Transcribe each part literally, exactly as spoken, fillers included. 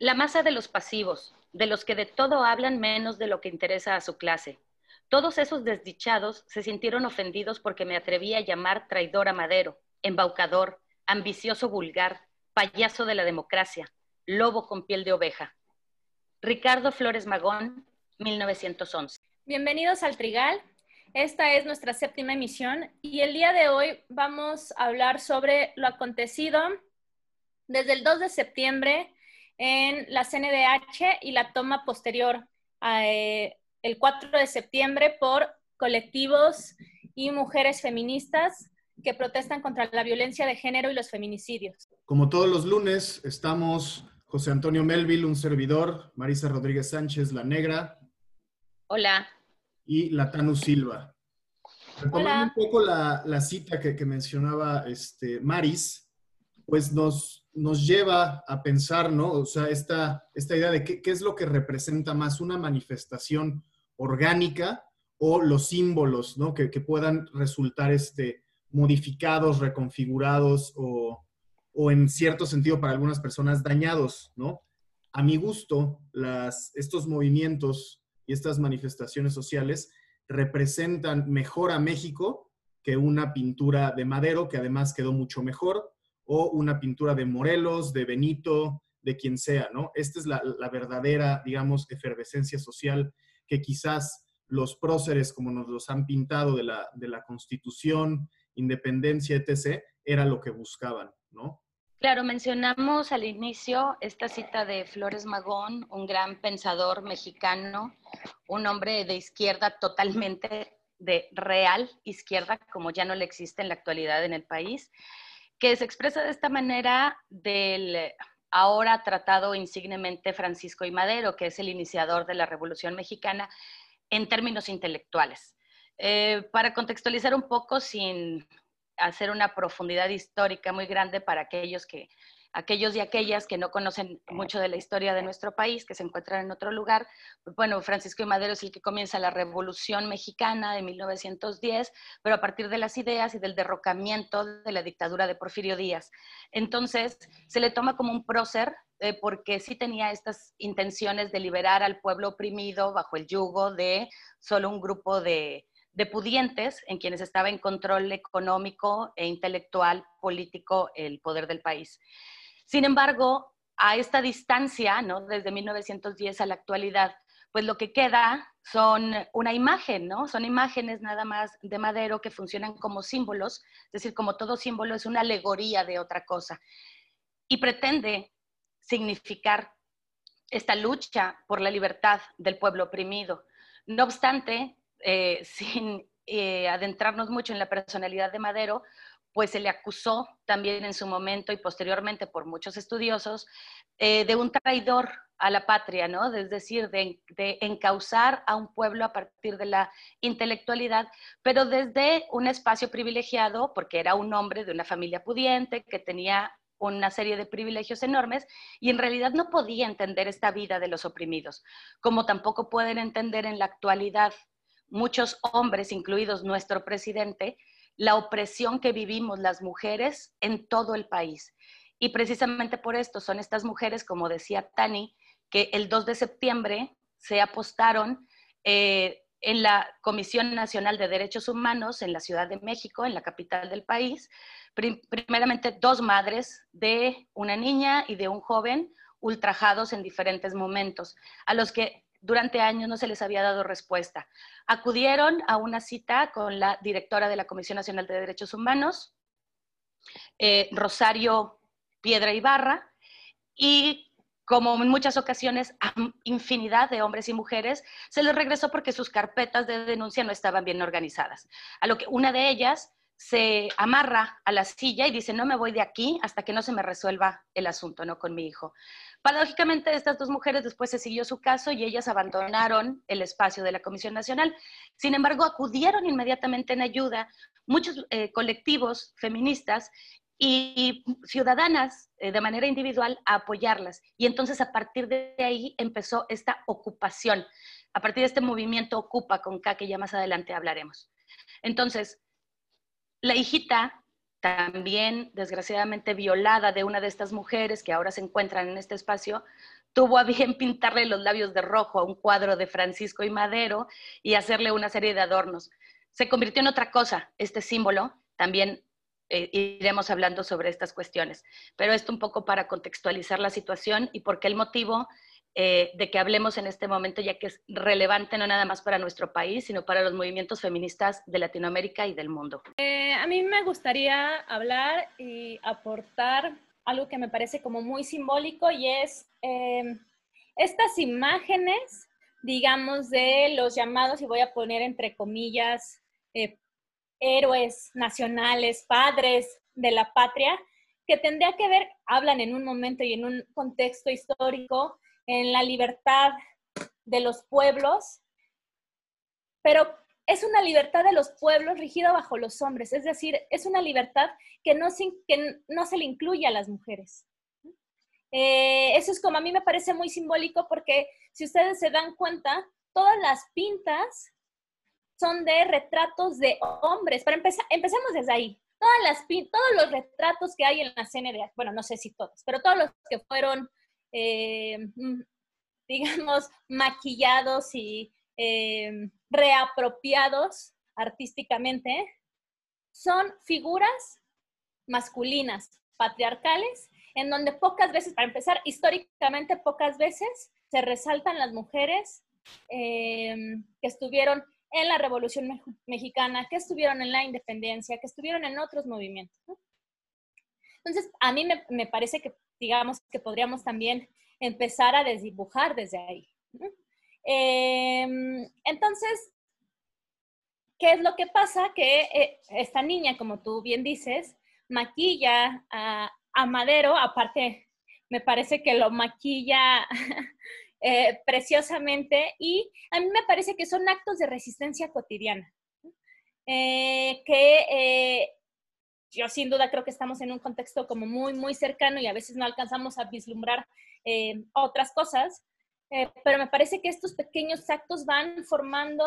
La masa de los pasivos, de los que de todo hablan menos de lo que interesa a su clase. Todos esos desdichados se sintieron ofendidos porque me atreví a llamar traidor a Madero, embaucador, ambicioso vulgar, payaso de la democracia, lobo con piel de oveja. Ricardo Flores Magón, mil novecientos once. Bienvenidos al Trigal. Esta es nuestra séptima emisión y el día de hoy vamos a hablar sobre lo acontecido desde el dos de septiembre en la C N D H y la toma posterior eh, el cuatro de septiembre por colectivos y mujeres feministas que protestan contra la violencia de género y los feminicidios. Como todos los lunes, estamos José Antonio Melville, un servidor, Marisa Rodríguez Sánchez, la negra. Hola. Y Latanu Silva. Retomando Hola. un poco la, la cita que, que mencionaba este, Maris, pues nos, nos lleva a pensar, ¿no? O sea, esta, esta idea de qué, qué es lo que representa más una manifestación orgánica o los símbolos, ¿no? Que, que puedan resultar este, modificados, reconfigurados o, o en cierto sentido para algunas personas dañados, ¿no? A mi gusto, las, estos movimientos y estas manifestaciones sociales representan mejor a México que una pintura de Madero, que además quedó mucho mejor, o una pintura de Morelos, de Benito, de quien sea, ¿no? Esta es la, la verdadera, digamos, efervescencia social que quizás los próceres, como nos los han pintado de la, de la Constitución, independencia, etcétera, era lo que buscaban, ¿no? Claro, mencionamos al inicio esta cita de Flores Magón, un gran pensador mexicano, un hombre de izquierda totalmente de real izquierda, como ya no le existe en la actualidad en el país, que se expresa de esta manera del ahora tratado insignemente Francisco I. Madero, que es el iniciador de la Revolución Mexicana, en términos intelectuales. Eh, para contextualizar un poco, sin hacer una profundidad histórica muy grande para aquellos, que, aquellos y aquellas que no conocen mucho de la historia de nuestro país, que se encuentran en otro lugar. Bueno, Francisco I. Madero es el que comienza la Revolución Mexicana de mil novecientos diez, pero a partir de las ideas y del derrocamiento de la dictadura de Porfirio Díaz. Entonces, se le toma como un prócer, eh, porque sí tenía estas intenciones de liberar al pueblo oprimido bajo el yugo de solo un grupo de de pudientes en quienes estaba en control económico e intelectual, político, el poder del país. Sin embargo, a esta distancia, ¿no? Desde mil novecientos diez a la actualidad, pues lo que queda son una imagen, ¿no? Son imágenes nada más de Madero que funcionan como símbolos, es decir, como todo símbolo es una alegoría de otra cosa, y pretende significar esta lucha por la libertad del pueblo oprimido. No obstante, Eh, sin eh, adentrarnos mucho en la personalidad de Madero, pues se le acusó también en su momento y posteriormente por muchos estudiosos eh, de un traidor a la patria, ¿no? Es decir, de, de encauzar a un pueblo a partir de la intelectualidad, pero desde un espacio privilegiado, porque era un hombre de una familia pudiente que tenía una serie de privilegios enormes y en realidad no podía entender esta vida de los oprimidos, como tampoco pueden entender en la actualidad muchos hombres, incluidos nuestro presidente, la opresión que vivimos las mujeres en todo el país. Y precisamente por esto son estas mujeres, como decía Tani, que el dos de septiembre se apostaron eh, en la Comisión Nacional de Derechos Humanos en la Ciudad de México, en la capital del país, prim primeramente dos madres de una niña y de un joven ultrajados en diferentes momentos, a los que durante años no se les había dado respuesta. Acudieron a una cita con la directora de la Comisión Nacional de Derechos Humanos, eh, Rosario Piedra Ibarra, y como en muchas ocasiones, a infinidad de hombres y mujeres se les regresó porque sus carpetas de denuncia no estaban bien organizadas. A lo que una de ellas se amarra a la silla y dice, no me voy de aquí hasta que no se me resuelva el asunto, ¿no? Con mi hijo. Paradójicamente, estas dos mujeres después se siguió su caso y ellas abandonaron el espacio de la Comisión Nacional. Sin embargo, acudieron inmediatamente en ayuda muchos eh, colectivos feministas y ciudadanas eh, de manera individual a apoyarlas. Y entonces a partir de ahí empezó esta ocupación, a partir de este movimiento Ocupa con K, que ya más adelante hablaremos. Entonces, la hijita, también desgraciadamente violada de una de estas mujeres que ahora se encuentran en este espacio, tuvo a bien pintarle los labios de rojo a un cuadro de Francisco I. Madero y hacerle una serie de adornos. Se convirtió en otra cosa, este símbolo. También eh, iremos hablando sobre estas cuestiones, pero esto un poco para contextualizar la situación y por qué el motivo eh, de que hablemos en este momento, ya que es relevante no nada más para nuestro país, sino para los movimientos feministas de Latinoamérica y del mundo. Eh, a mí me gustaría hablar y aportar algo que me parece como muy simbólico, y es eh, estas imágenes, digamos, de los llamados, y voy a poner entre comillas, eh, héroes nacionales, padres de la patria, que tendría que ver, hablan en un momento y en un contexto histórico, en la libertad de los pueblos, pero es una libertad de los pueblos rigida bajo los hombres, es decir, es una libertad que no se, que no se le incluye a las mujeres. Eh, eso es como a mí me parece muy simbólico, porque si ustedes se dan cuenta, todas las pintas son de retratos de hombres. Para empezar, empecemos desde ahí. Todas las, todos los retratos que hay en la C N D H, bueno, no sé si todos, pero todos los que fueron, eh, digamos, maquillados y eh, reapropiados artísticamente, son figuras masculinas, patriarcales, en donde pocas veces, para empezar, históricamente pocas veces se resaltan las mujeres eh, que estuvieron en la Revolución Me- Mexicana, que estuvieron en la independencia, que estuvieron en otros movimientos, ¿no? Entonces, a mí me, me parece que, digamos, que podríamos también empezar a desdibujar desde ahí, ¿no? Eh, entonces, ¿qué es lo que pasa? Que eh, esta niña, como tú bien dices, maquilla a, a Madero, aparte me parece que lo maquilla eh, preciosamente, y a mí me parece que son actos de resistencia cotidiana, eh, que eh, yo sin duda creo que estamos en un contexto como muy, muy cercano y a veces no alcanzamos a vislumbrar eh, otras cosas, eh, pero me parece que estos pequeños actos van formando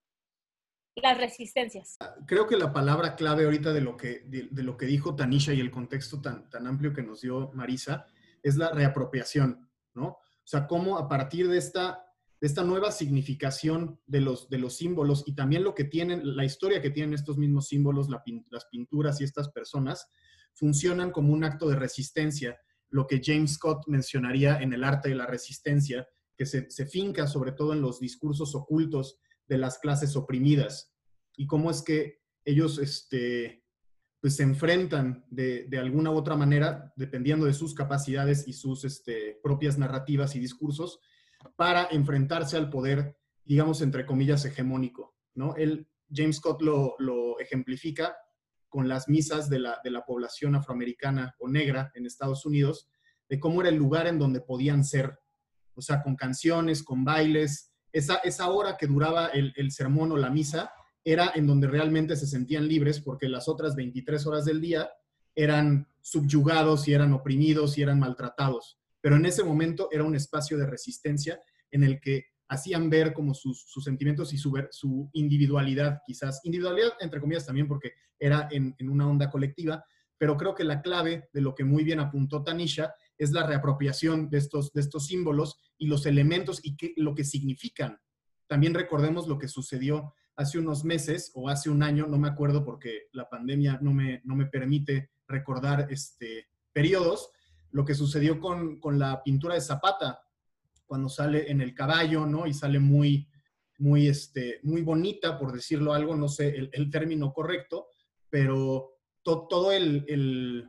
las resistencias. Creo que la palabra clave ahorita de lo que, de, de lo que dijo Tanisha y el contexto tan, tan amplio que nos dio Marisa es la reapropiación, ¿no? O sea, cómo a partir de esta, de esta nueva significación de los, de los símbolos y también lo que tienen, la historia que tienen estos mismos símbolos, la, las pinturas y estas personas, funcionan como un acto de resistencia, lo que James Scott mencionaría en El arte de la resistencia, que se, se finca sobre todo en los discursos ocultos de las clases oprimidas y cómo es que ellos este, pues se enfrentan de, de alguna u otra manera, dependiendo de sus capacidades y sus este, propias narrativas y discursos, para enfrentarse al poder, digamos, entre comillas, hegemónico, ¿no? Él, James Scott lo, lo ejemplifica con las misas de la, de la población afroamericana o negra en Estados Unidos, de cómo era el lugar en donde podían ser, o sea, con canciones, con bailes. Esa, esa hora que duraba el, el sermón o la misa era en donde realmente se sentían libres, porque las otras veintitrés horas del día eran subyugados y eran oprimidos y eran maltratados. Pero en ese momento era un espacio de resistencia en el que hacían ver como sus, sus sentimientos y su, su individualidad, quizás. Individualidad, entre comillas, también porque era en, en una onda colectiva, pero creo que la clave de lo que muy bien apuntó Tanisha es la reapropiación de estos, de estos símbolos y los elementos y qué, lo que significan. También recordemos lo que sucedió hace unos meses o hace un año, no me acuerdo porque la pandemia no me, no me permite recordar este, periodos, lo que sucedió con, con la pintura de Zapata, cuando sale en el caballo, ¿no? Y sale muy, muy, este, muy bonita, por decirlo algo, no sé el, el término correcto, pero to, todo el, el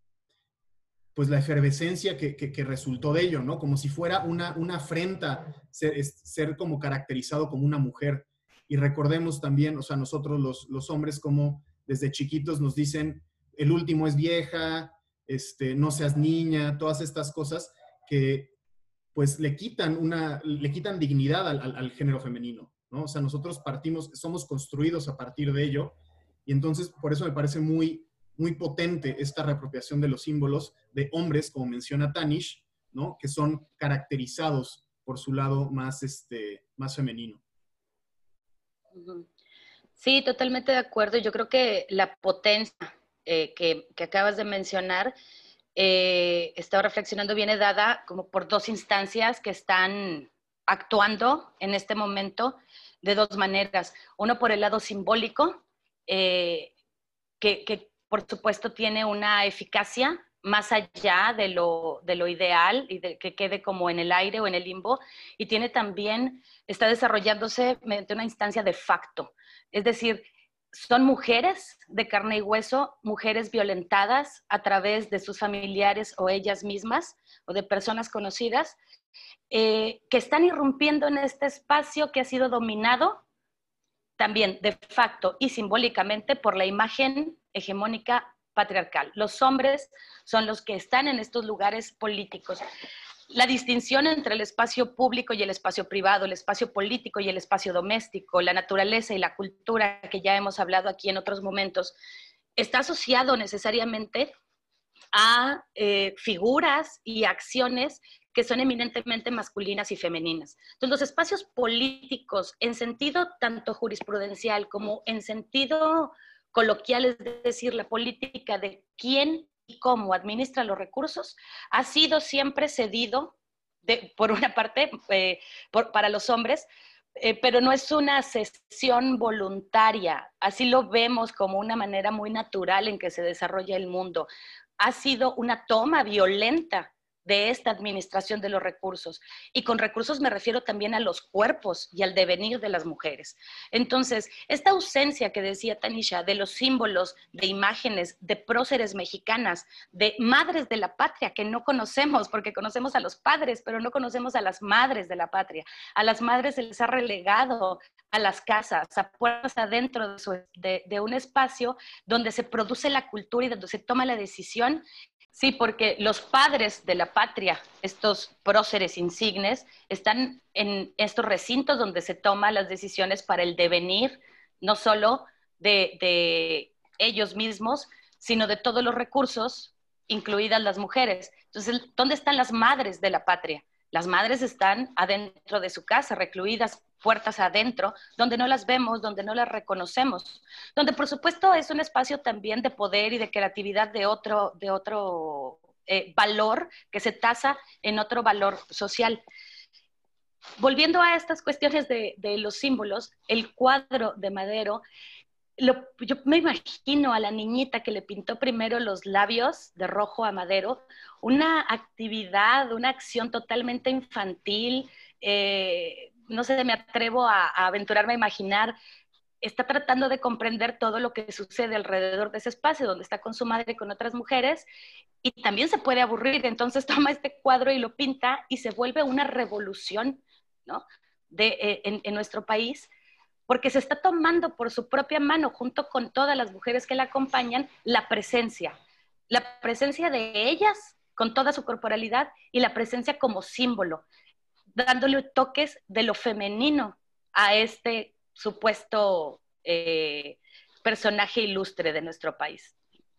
pues la efervescencia que, que, que resultó de ello, ¿no? Como si fuera una, una afrenta ser, ser como caracterizado como una mujer. Y recordemos también, o sea, nosotros los, los hombres como desde chiquitos nos dicen, el último es vieja, este, no seas niña, todas estas cosas que pues le quitan, una, le quitan dignidad al, al, al género femenino, ¿no? O sea, nosotros partimos, somos construidos a partir de ello, y entonces por eso me parece muy, muy potente esta reapropiación de los símbolos de hombres, como menciona Tanish, ¿no? Que son caracterizados por su lado más, este, más femenino. Sí, totalmente de acuerdo. Yo creo que la potencia eh, que, que acabas de mencionar eh, he estado reflexionando, viene dada como por dos instancias que están actuando en este momento de dos maneras. Uno por el lado simbólico, eh, que, que por supuesto tiene una eficacia más allá de lo, de lo ideal y de que quede como en el aire o en el limbo, y tiene también, está desarrollándose mediante una instancia de facto. Es decir, son mujeres de carne y hueso, mujeres violentadas a través de sus familiares o ellas mismas o de personas conocidas, eh, que están irrumpiendo en este espacio que ha sido dominado también de facto y simbólicamente por la imagen hegemónica patriarcal. Los hombres son los que están en estos lugares políticos. La distinción entre el espacio público y el espacio privado, el espacio político y el espacio doméstico, la naturaleza y la cultura, que ya hemos hablado aquí en otros momentos, está asociado necesariamente a eh, figuras y acciones que son eminentemente masculinas y femeninas. Entonces, los espacios políticos, en sentido tanto jurisprudencial como en sentido coloquial, es decir, la política de quién y cómo administra los recursos, ha sido siempre cedido, de, por una parte, eh, por, para los hombres, eh, pero no es una cesión voluntaria. Así lo vemos como una manera muy natural en que se desarrolla el mundo. Ha sido una toma violenta de esta administración de los recursos. Y con recursos me refiero también a los cuerpos y al devenir de las mujeres. Entonces, esta ausencia que decía Tanisha de los símbolos, de imágenes, de próceres mexicanas, de madres de la patria que no conocemos, porque conocemos a los padres, pero no conocemos a las madres de la patria. A las madres se les ha relegado a las casas, a puertas adentro de, su, de, de un espacio donde se produce la cultura y donde se toma la decisión. Sí, porque los padres de la patria, estos próceres insignes, están en estos recintos donde se toman las decisiones para el devenir, no solo de, de ellos mismos, sino de todos los recursos, incluidas las mujeres. Entonces, ¿dónde están las madres de la patria? Las madres están adentro de su casa, recluidas puertas adentro, donde no las vemos, donde no las reconocemos, donde por supuesto es un espacio también de poder y de creatividad de otro, de otro eh, valor que se tasa en otro valor social. Volviendo a estas cuestiones de, de los símbolos, el cuadro de Madero, lo, yo me imagino a la niñita que le pintó primero los labios de rojo a Madero, una actividad, una acción totalmente infantil, eh, no sé, me atrevo a, a aventurarme a imaginar, está tratando de comprender todo lo que sucede alrededor de ese espacio, donde está con su madre y con otras mujeres, y también se puede aburrir, entonces toma este cuadro y lo pinta y se vuelve una revolución, ¿no? de, eh, en, en nuestro país, porque se está tomando por su propia mano, junto con todas las mujeres que la acompañan, la presencia, la presencia de ellas con toda su corporalidad y la presencia como símbolo, dándole toques de lo femenino a este supuesto eh, personaje ilustre de nuestro país.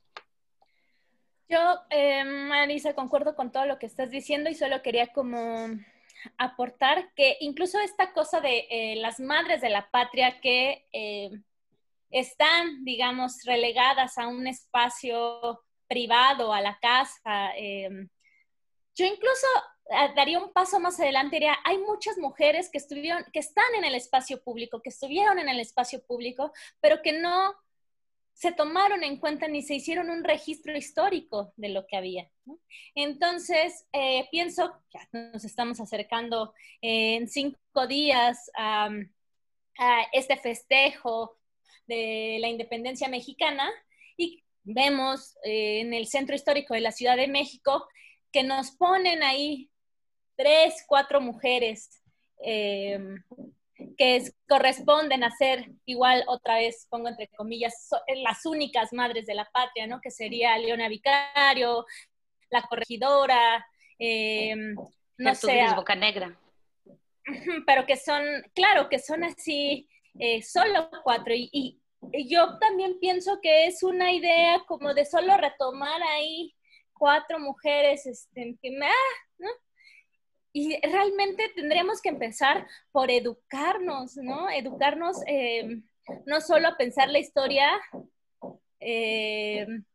Yo, eh, Marisa, concuerdo con todo lo que estás diciendo y solo quería como aportar que incluso esta cosa de eh, las madres de la patria que eh, están, digamos, relegadas a un espacio privado, a la casa, eh, yo incluso daría un paso más adelante, diría, hay muchas mujeres que estuvieron, que están en el espacio público, que estuvieron en el espacio público, pero que no se tomaron en cuenta ni se hicieron un registro histórico de lo que había, ¿no? Entonces, eh, pienso, ya nos estamos acercando eh, en cinco días a, a este festejo de la independencia mexicana y vemos eh, en el centro histórico de la Ciudad de México que nos ponen ahí tres, cuatro mujeres eh, que es, corresponden a ser, igual otra vez pongo entre comillas, so, las únicas madres de la patria, ¿no? Que sería Leona Vicario, la corregidora, eh, no sé. Bocanegra. Pero que son, claro, que son así, eh, solo cuatro. Y, y, y yo también pienso que es una idea como de solo retomar ahí cuatro mujeres, este, que me, ah, ¿no? Y realmente tendríamos que empezar por educarnos, ¿no? Educarnos eh, no solo a pensar la historia eh,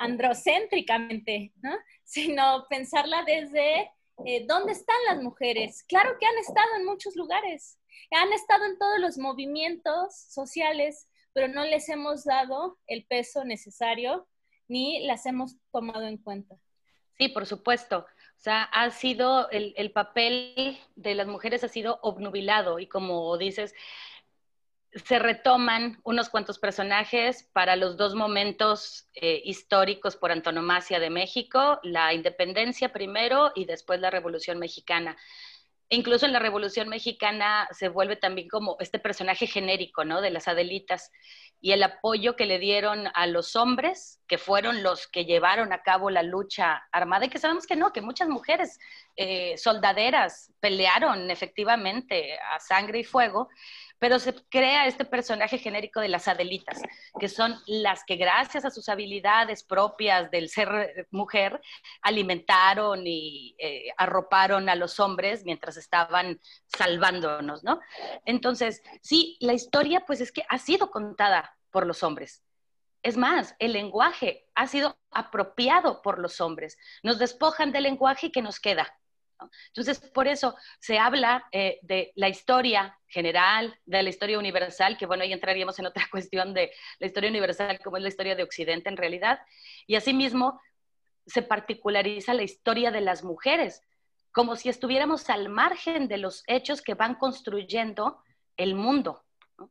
androcéntricamente, ¿no? Sino pensarla desde eh, dónde están las mujeres. Claro que han estado en muchos lugares, han estado en todos los movimientos sociales, pero no les hemos dado el peso necesario ni las hemos tomado en cuenta. Sí, por supuesto. O sea, ha sido, el, el papel de las mujeres ha sido obnubilado y como dices, se retoman unos cuantos personajes para los dos momentos eh, históricos por antonomasia de México, la independencia primero y después la Revolución Mexicana. Incluso en la Revolución Mexicana se vuelve también como este personaje genérico, ¿no? De las Adelitas y el apoyo que le dieron a los hombres, que fueron los que llevaron a cabo la lucha armada, y que sabemos que no, que muchas mujeres eh, soldaderas pelearon efectivamente a sangre y fuego, pero se crea este personaje genérico de las Adelitas, que son las que gracias a sus habilidades propias del ser mujer, alimentaron y eh, arroparon a los hombres mientras estaban salvándonos, ¿no? Entonces, sí, la historia pues es que ha sido contada por los hombres. Es más, el lenguaje ha sido apropiado por los hombres. Nos despojan del lenguaje y ¿qué nos queda? ¿No? Entonces, por eso se habla eh, de la historia general, de la historia universal, que bueno, ahí entraríamos en otra cuestión de la historia universal, como es la historia de Occidente en realidad, y asimismo se particulariza la historia de las mujeres, como si estuviéramos al margen de los hechos que van construyendo el mundo, ¿no?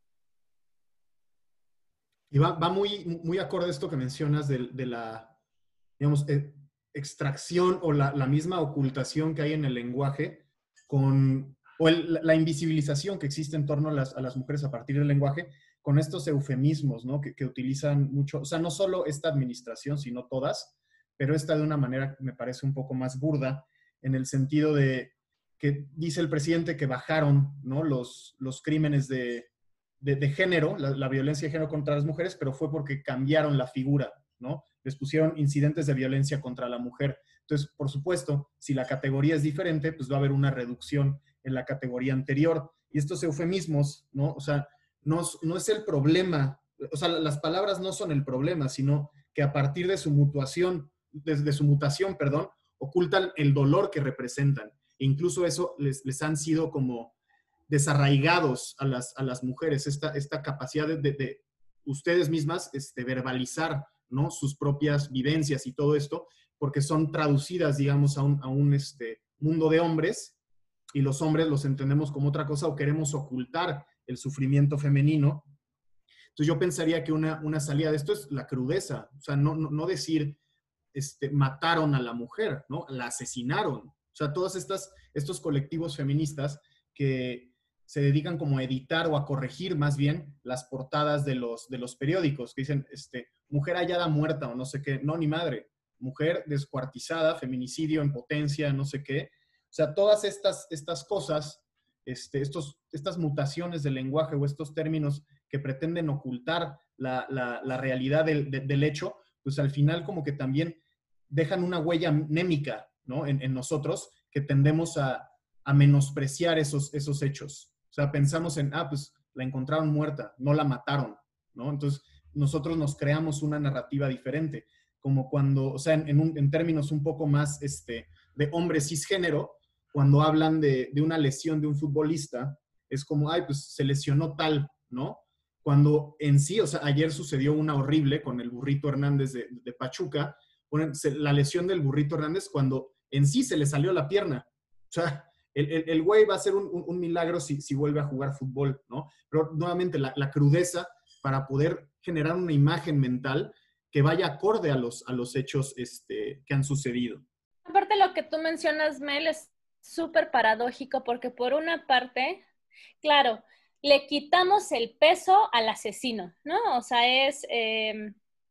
Y va, va muy, muy acorde a esto que mencionas de, de la, digamos, eh, extracción o la, la misma ocultación que hay en el lenguaje con, o el, la invisibilización que existe en torno a las, a las mujeres a partir del lenguaje, con estos eufemismos, ¿no? Que, que utilizan mucho, o sea, no solo esta administración, sino todas, pero esta de una manera me parece un poco más burda, en el sentido de que dice el presidente que bajaron, ¿no? los, los crímenes de, de, de género, la, la violencia de género contra las mujeres, pero fue porque cambiaron la figura, ¿no? Les pusieron incidentes de violencia contra la mujer. Entonces, por supuesto, si la categoría es diferente, pues va a haber una reducción en la categoría anterior. Y estos eufemismos, ¿no? O sea, no, no es el problema, o sea, las palabras no son el problema, sino que a partir de su mutuación, desde su mutación, perdón, ocultan el dolor que representan. E incluso eso les, les han sido como desarraigados a las, a las mujeres, esta, esta capacidad de, de, de ustedes mismas este, verbalizar, ¿no? Sus propias vivencias y todo esto, porque son traducidas, digamos, a un, a un este, mundo de hombres, y los hombres los entendemos como otra cosa o queremos ocultar el sufrimiento femenino. Entonces yo pensaría que una, una salida de esto es la crudeza, o sea, no, no, no decir este, mataron a la mujer, ¿no? La asesinaron. O sea, todos estas, estos colectivos feministas que se dedican como a editar o a corregir más bien las portadas de los, de los periódicos, que dicen, este, mujer hallada muerta o no sé qué, no, ni madre, mujer descuartizada, feminicidio en potencia, no sé qué. O sea, todas estas, estas cosas, este, estos, estas mutaciones del lenguaje o estos términos que pretenden ocultar la, la, la realidad del, de, del hecho, pues al final como que también dejan una huella anémica, ¿no? En, en nosotros, que tendemos a, a menospreciar esos, esos hechos. O sea, pensamos en, ah, pues la encontraron muerta, no la mataron, ¿no? Entonces, nosotros nos creamos una narrativa diferente, como cuando, o sea, en, en, un, en términos un poco más este, de hombre cisgénero, cuando hablan de, de una lesión de un futbolista, es como, ay, pues se lesionó tal, ¿no? Cuando en sí, o sea, ayer sucedió una horrible con el Burrito Hernández de, de Pachuca, la lesión del Burrito Hernández cuando en sí se le salió la pierna. O sea, el, el, el güey va a ser un, un, un milagro si, si vuelve a jugar fútbol, ¿no? Pero nuevamente la, la crudeza para poder generar una imagen mental que vaya acorde a los, a los hechos este, que han sucedido. Aparte lo que tú mencionas, Mel, es súper paradójico porque por una parte, claro, le quitamos el peso al asesino, ¿no? O sea, es eh,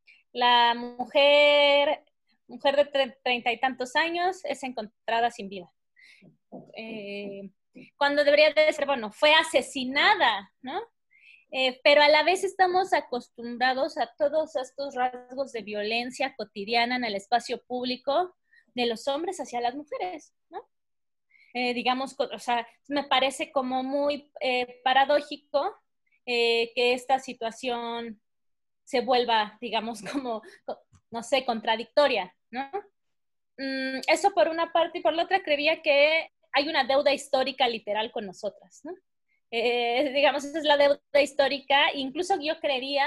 la mujer, mujer de treinta y tantos años es encontrada sin vida. Eh, cuando debería de ser, bueno, fue asesinada, ¿no? Eh, pero a la vez estamos acostumbrados a todos estos rasgos de violencia cotidiana en el espacio público de los hombres hacia las mujeres, ¿no? Eh, digamos, o sea, me parece como muy eh, paradójico eh, que esta situación se vuelva, digamos, como no sé, contradictoria, ¿no? Mm, eso por una parte, y por la otra creería que hay una deuda histórica literal con nosotras, ¿no? Eh, digamos, esa es la deuda histórica. Incluso yo creería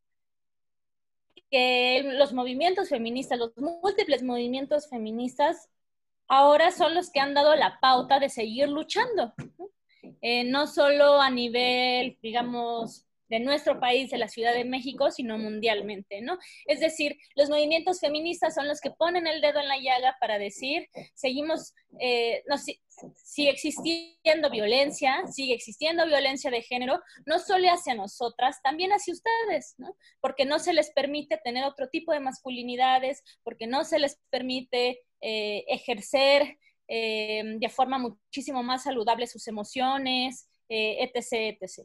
que los movimientos feministas, los múltiples movimientos feministas, ahora son los que han dado la pauta de seguir luchando, ¿no? Eh, no solo a nivel, digamos, de nuestro país, de la Ciudad de México, sino mundialmente, ¿no? Es decir, los movimientos feministas son los que ponen el dedo en la llaga para decir, seguimos, eh, no, si, sigue existiendo violencia, sigue existiendo violencia de género, no solo hacia nosotras, también hacia ustedes, ¿no? Porque no se les permite tener otro tipo de masculinidades, porque no se les permite eh, ejercer eh, de forma muchísimo más saludable sus emociones, eh, etc, etcétera.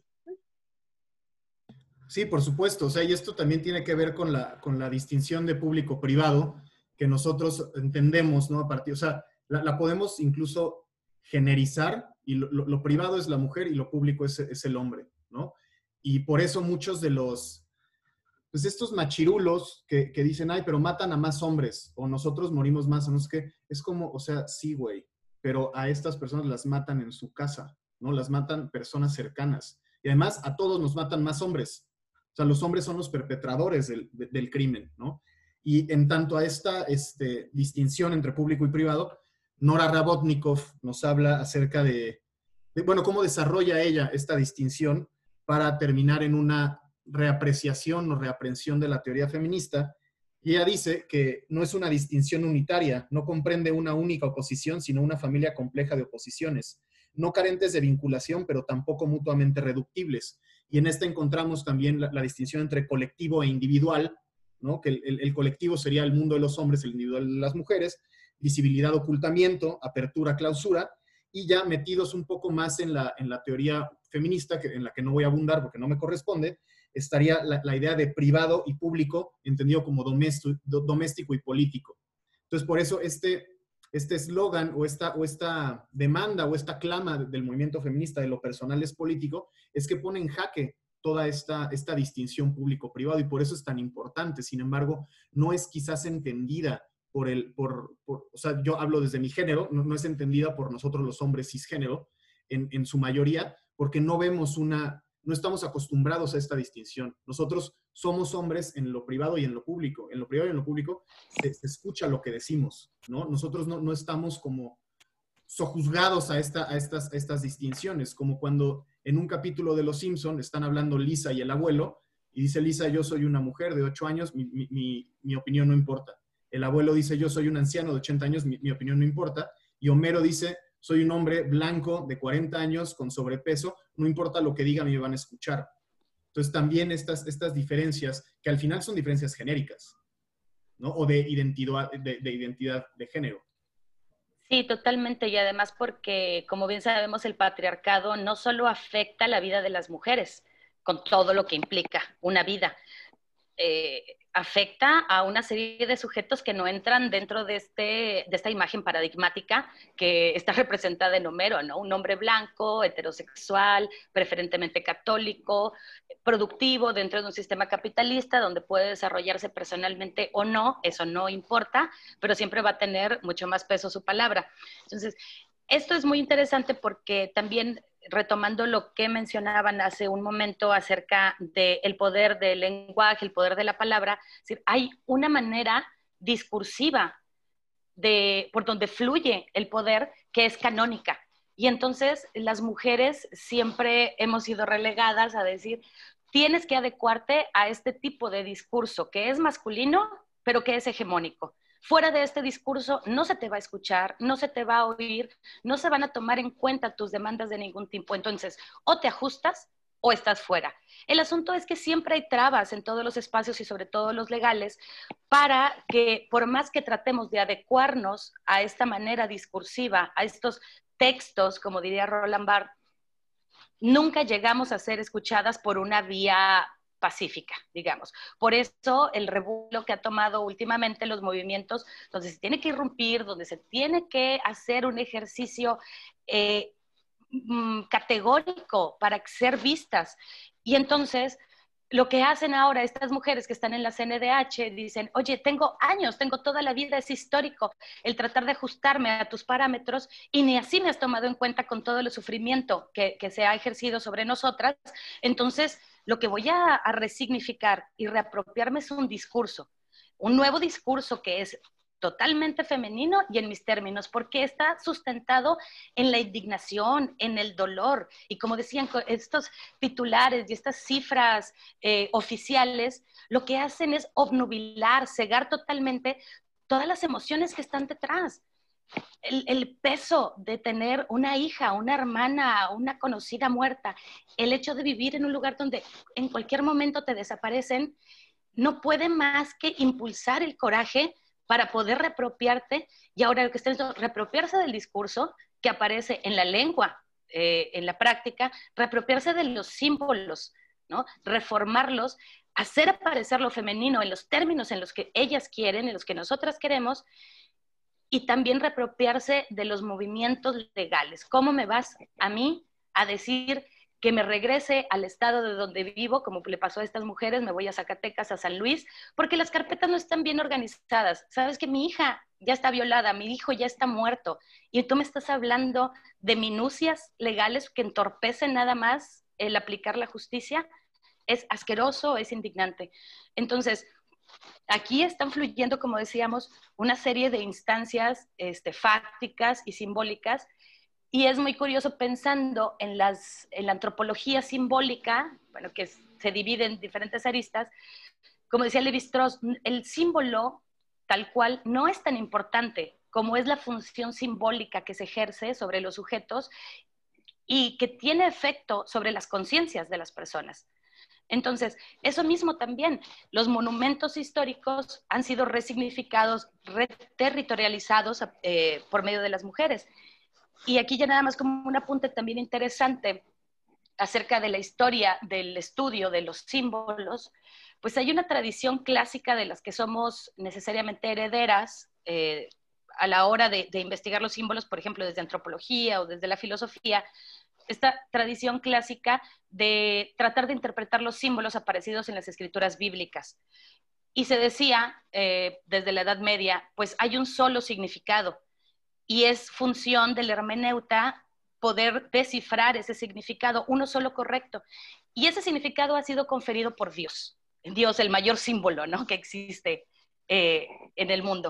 Sí, por supuesto. O sea, y esto también tiene que ver con la, con la distinción de público-privado que nosotros entendemos, ¿no? A partir, o sea, la, la podemos incluso generizar y lo, lo, lo privado es la mujer y lo público es, es el hombre, ¿no? Y por eso muchos de los, pues estos machirulos que, que dicen, ay, pero matan a más hombres o nosotros morimos más, o no es que, es como, o sea, sí, güey, pero a estas personas las matan en su casa, ¿no? Las matan personas cercanas. Y además a todos nos matan más hombres. O sea, los hombres son los perpetradores del, de, del crimen, ¿no? Y en tanto a esta este, distinción entre público y privado, Nora Rabotnikov nos habla acerca de, de, bueno, cómo desarrolla ella esta distinción para terminar en una reapreciación o reaprensión de la teoría feminista. Y ella dice que no es una distinción unitaria, no comprende una única oposición, sino una familia compleja de oposiciones, no carentes de vinculación, pero tampoco mutuamente reductibles. Y en esta encontramos también la, la distinción entre colectivo e individual, ¿no? Que el, el, el colectivo sería el mundo de los hombres, el individual de las mujeres, visibilidad, ocultamiento, apertura, clausura, y ya metidos un poco más en la, en la teoría feminista, que, en la que no voy a abundar porque no me corresponde, estaría la, la idea de privado y público, entendido como doméstico, doméstico y político. Entonces, por eso este este eslogan o esta, o esta demanda o esta clama del movimiento feminista de lo personal es político, es que pone en jaque toda esta, esta distinción público-privado y por eso es tan importante. Sin embargo, no es quizás entendida por el, por, por o sea, yo hablo desde mi género, no, no es entendida por nosotros los hombres cisgénero en, en su mayoría, porque no vemos una, no estamos acostumbrados a esta distinción. Nosotros somos hombres en lo privado y en lo público. En lo privado y en lo público se, se escucha lo que decimos, ¿no? Nosotros no, no estamos como sojuzgados a, esta, a, estas, a estas distinciones, como cuando en un capítulo de Los Simpson están hablando Lisa y el abuelo, y dice Lisa, yo soy una mujer de ocho años, mi, mi, mi, mi opinión no importa. El abuelo dice, yo soy un anciano de ochenta años, mi, mi opinión no importa. Y Homero dice, soy un hombre blanco de cuarenta años con sobrepeso, no importa lo que diga, me van a escuchar. Entonces también estas, estas diferencias, que al final son diferencias genéricas, ¿no? O de identidad, de, de identidad de género. Sí, totalmente. Y además porque, como bien sabemos, el patriarcado no solo afecta la vida de las mujeres, con todo lo que implica una vida, eh, afecta a una serie de sujetos que no entran dentro de, este, de esta imagen paradigmática que está representada en Homero, ¿no? Un hombre blanco, heterosexual, preferentemente católico, productivo dentro de un sistema capitalista donde puede desarrollarse personalmente o no, eso no importa, pero siempre va a tener mucho más peso su palabra. Entonces, esto es muy interesante porque también, retomando lo que mencionaban hace un momento acerca del poder del lenguaje, el poder de la palabra, es decir, hay una manera discursiva de, por donde fluye el poder que es canónica. Y entonces las mujeres siempre hemos sido relegadas a decir, tienes que adecuarte a este tipo de discurso que es masculino, pero que es hegemónico. Fuera de este discurso no se te va a escuchar, no se te va a oír, no se van a tomar en cuenta tus demandas de ningún tipo. Entonces, o te ajustas o estás fuera. El asunto es que siempre hay trabas en todos los espacios y sobre todo los legales para que, por más que tratemos de adecuarnos a esta manera discursiva, a estos textos, como diría Roland Barthes, nunca llegamos a ser escuchadas por una vía pacífica, digamos. Por eso el revuelo que ha tomado últimamente los movimientos, donde se tiene que irrumpir, donde se tiene que hacer un ejercicio eh, categórico para ser vistas. Y entonces lo que hacen ahora estas mujeres que están en la C N D H, dicen, oye, tengo años, tengo toda la vida, es histórico el tratar de ajustarme a tus parámetros y ni así me has tomado en cuenta con todo el sufrimiento que, que se ha ejercido sobre nosotras. Entonces, lo que voy a, a resignificar y reapropiarme es un discurso, un nuevo discurso que es totalmente femenino y en mis términos, porque está sustentado en la indignación, en el dolor, y como decían estos titulares y estas cifras eh, oficiales, lo que hacen es obnubilar, cegar totalmente todas las emociones que están detrás. El, el peso de tener una hija, una hermana, una conocida muerta, el hecho de vivir en un lugar donde en cualquier momento te desaparecen, no puede más que impulsar el coraje para poder reapropiarte, y ahora lo que está diciendo, reapropiarse del discurso que aparece en la lengua, eh, en la práctica, reapropiarse de los símbolos, ¿no? Reformarlos, hacer aparecer lo femenino en los términos en los que ellas quieren, en los que nosotras queremos, y también reapropiarse de los movimientos legales. ¿Cómo me vas a mí a decir que me regrese al estado de donde vivo, como le pasó a estas mujeres, me voy a Zacatecas, a San Luis, porque las carpetas no están bien organizadas? Sabes que mi hija ya está violada, mi hijo ya está muerto, y tú me estás hablando de minucias legales que entorpecen nada más el aplicar la justicia. Es asqueroso, es indignante. Entonces, aquí están fluyendo, como decíamos, una serie de instancias este, fácticas y simbólicas. Y es muy curioso pensando en, las, en la antropología simbólica, bueno, que es, se divide en diferentes aristas. Como decía Lévi-Strauss, el símbolo tal cual no es tan importante como es la función simbólica que se ejerce sobre los sujetos y que tiene efecto sobre las conciencias de las personas. Entonces, eso mismo también, los monumentos históricos han sido resignificados, reterritorializados eh, por medio de las mujeres. Y aquí ya nada más como un apunte también interesante acerca de la historia del estudio de los símbolos, pues hay una tradición clásica de las que somos necesariamente herederas eh, a la hora de, de investigar los símbolos, por ejemplo, desde antropología o desde la filosofía, esta tradición clásica de tratar de interpretar los símbolos aparecidos en las escrituras bíblicas. Y se decía eh, desde la Edad Media, pues hay un solo significado, y es función del hermeneuta poder descifrar ese significado, uno solo correcto. Y ese significado ha sido conferido por Dios, Dios, el mayor símbolo, ¿no?, que existe eh, en el mundo.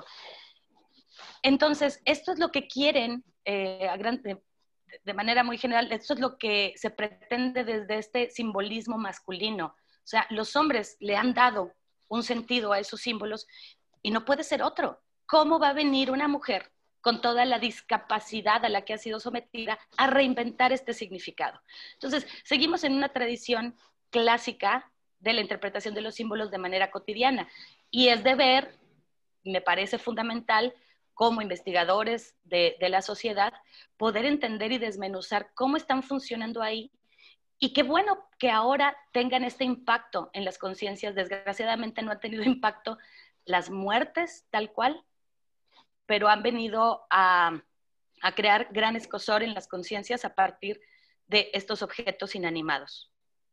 Entonces, esto es lo que quieren, eh, a gran, de, de manera muy general, esto es lo que se pretende desde este simbolismo masculino. O sea, los hombres le han dado un sentido a esos símbolos y no puede ser otro. ¿Cómo va a venir una mujer con toda la discapacidad a la que ha sido sometida a reinventar este significado? Entonces, seguimos en una tradición clásica de la interpretación de los símbolos de manera cotidiana, y es deber, me parece fundamental, como investigadores de, de la sociedad, poder entender y desmenuzar cómo están funcionando ahí. Y qué bueno que ahora tengan este impacto en las conciencias. Desgraciadamente no ha tenido impacto las muertes tal cual, pero han venido a, a crear gran escozor en las conciencias a partir de estos objetos inanimados.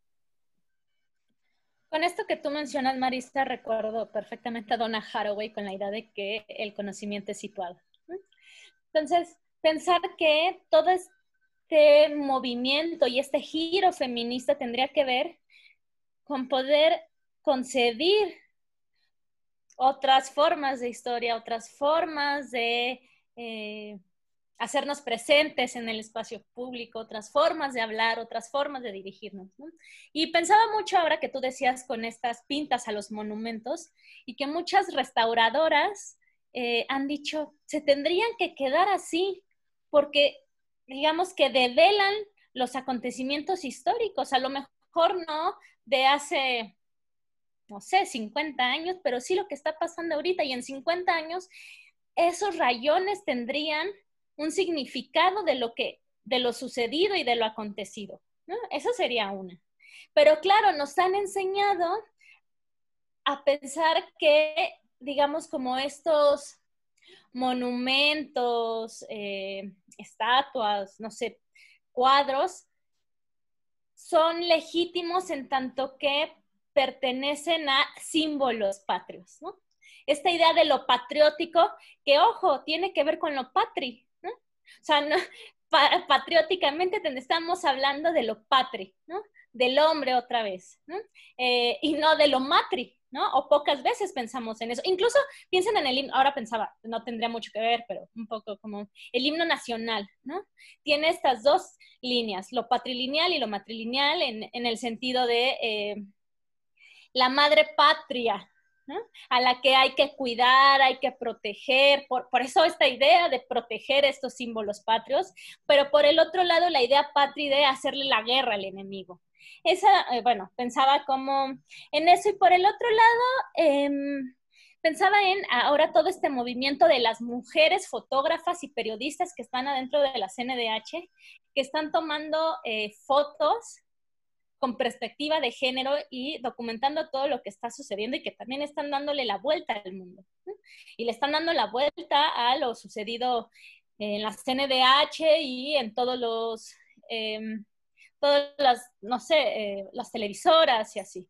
Con esto que tú mencionas, Marisa, recuerdo perfectamente a Donna Haraway con la idea de que el conocimiento es situado. Entonces, pensar que todo este movimiento y este giro feminista tendría que ver con poder concebir otras formas de historia, otras formas de eh, hacernos presentes en el espacio público, otras formas de hablar, otras formas de dirigirnos, ¿no? Y pensaba mucho ahora que tú decías con estas pintas a los monumentos, y que muchas restauradoras eh, han dicho, se tendrían que quedar así, porque digamos que develan los acontecimientos históricos, a lo mejor no de hace, no sé, cincuenta años, pero sí lo que está pasando ahorita, y en cincuenta años esos rayones tendrían un significado de lo que, de lo sucedido y de lo acontecido, ¿no? Eso sería una. Pero claro, nos han enseñado a pensar que, digamos, como estos monumentos, eh, estatuas, no sé, cuadros, son legítimos en tanto que pertenecen a símbolos patrios, ¿no? Esta idea de lo patriótico, que ojo, tiene que ver con lo patri, ¿no? O sea, no, pa, patrióticamente estamos hablando de lo patri, ¿no? Del hombre otra vez, ¿no? Eh, y no de lo matri, ¿no? O pocas veces pensamos en eso. Incluso piensen en el himno, ahora pensaba, no tendría mucho que ver, pero un poco como el himno nacional, ¿no? Tiene estas dos líneas, lo patrilineal y lo matrilineal, en, en el sentido de eh, la madre patria, ¿no? A la que hay que cuidar, hay que proteger, por, por eso esta idea de proteger estos símbolos patrios, pero por el otro lado la idea patria de hacerle la guerra al enemigo. Esa, eh, bueno, pensaba como en eso, y por el otro lado, eh, pensaba en ahora todo este movimiento de las mujeres fotógrafas y periodistas que están adentro de la C N D H, que están tomando eh, fotos con perspectiva de género y documentando todo lo que está sucediendo, y que también están dándole la vuelta al mundo, ¿no? Y le están dando la vuelta a lo sucedido en la C N D H y en todos los... Eh, todas las, no sé, eh, las televisoras y así.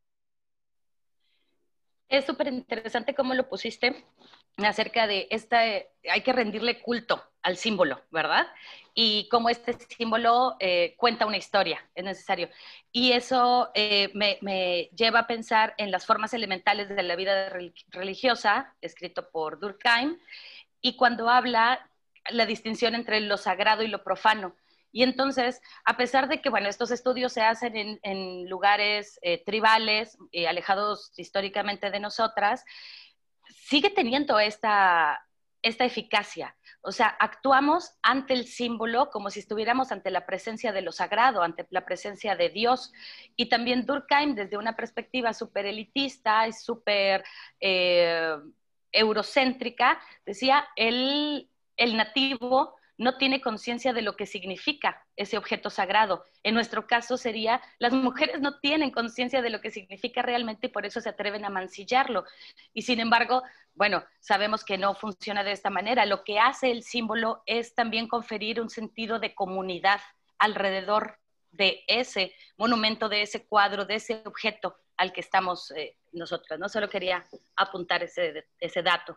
Es súper interesante cómo lo pusiste acerca de esta, eh, hay que rendirle culto al símbolo, ¿verdad? Y cómo este símbolo eh, cuenta una historia, es necesario. Y eso eh, me, me lleva a pensar en las formas elementales de la vida religiosa, escrito por Durkheim, y cuando habla la distinción entre lo sagrado y lo profano. Y entonces, a pesar de que, bueno, estos estudios se hacen en, en lugares eh, tribales, eh, alejados históricamente de nosotras, sigue teniendo esta, esta eficacia. O sea, actuamos ante el símbolo como si estuviéramos ante la presencia de lo sagrado, ante la presencia de Dios. Y también Durkheim, desde una perspectiva súper elitista y súper eh, eurocéntrica, decía, el, el nativo no tiene conciencia de lo que significa ese objeto sagrado. En nuestro caso sería, las mujeres no tienen conciencia de lo que significa realmente y por eso se atreven a mancillarlo. Y sin embargo, bueno, sabemos que no funciona de esta manera. Lo que hace el símbolo es también conferir un sentido de comunidad alrededor de ese monumento, de ese cuadro, de ese objeto al que estamos eh, nosotras, ¿no? Solo quería apuntar ese, ese dato.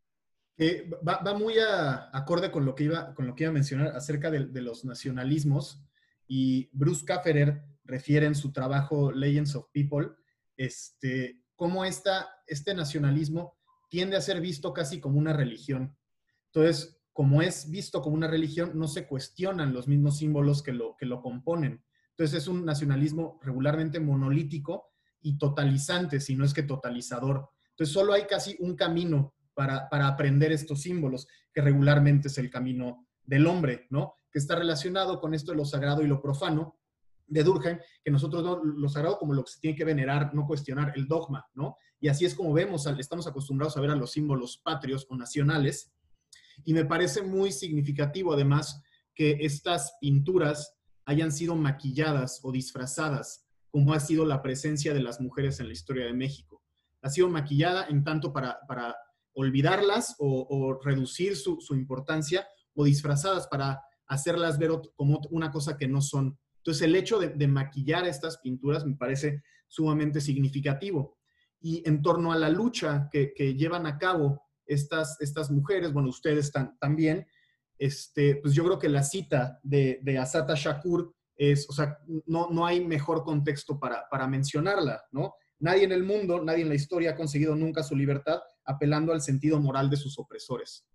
Eh, va, va muy a, acorde con lo que iba, con lo que iba a mencionar acerca de, de los nacionalismos, y Bruce Kafferer refiere en su trabajo Legends of People este, cómo esta, este nacionalismo tiende a ser visto casi como una religión. Entonces, como es visto como una religión, no se cuestionan los mismos símbolos que lo, que lo componen. Entonces, es un nacionalismo regularmente monolítico y totalizante, si no es que totalizador. Entonces, solo hay casi un camino Para, para aprender estos símbolos, que regularmente es el camino del hombre, ¿no? Que está relacionado con esto de lo sagrado y lo profano de Durkheim, que nosotros no, lo sagrado como lo que se tiene que venerar, no cuestionar, el dogma, ¿no? Y así es como vemos, estamos acostumbrados a ver a los símbolos patrios o nacionales, y me parece muy significativo además que estas pinturas hayan sido maquilladas o disfrazadas, como ha sido la presencia de las mujeres en la historia de México. Ha sido maquillada en tanto para... para olvidarlas o, o reducir su, su importancia, o disfrazadas para hacerlas ver como una cosa que no son. Entonces, el hecho de, de maquillar estas pinturas me parece sumamente significativo. Y en torno a la lucha que, que llevan a cabo estas, estas mujeres, bueno, ustedes tan, también, este, pues yo creo que la cita de, de Assata Shakur es, o sea, no, no hay mejor contexto para, para mencionarla, ¿no? Nadie en el mundo, nadie en la historia ha conseguido nunca su libertad apelando al sentido moral de sus opresores.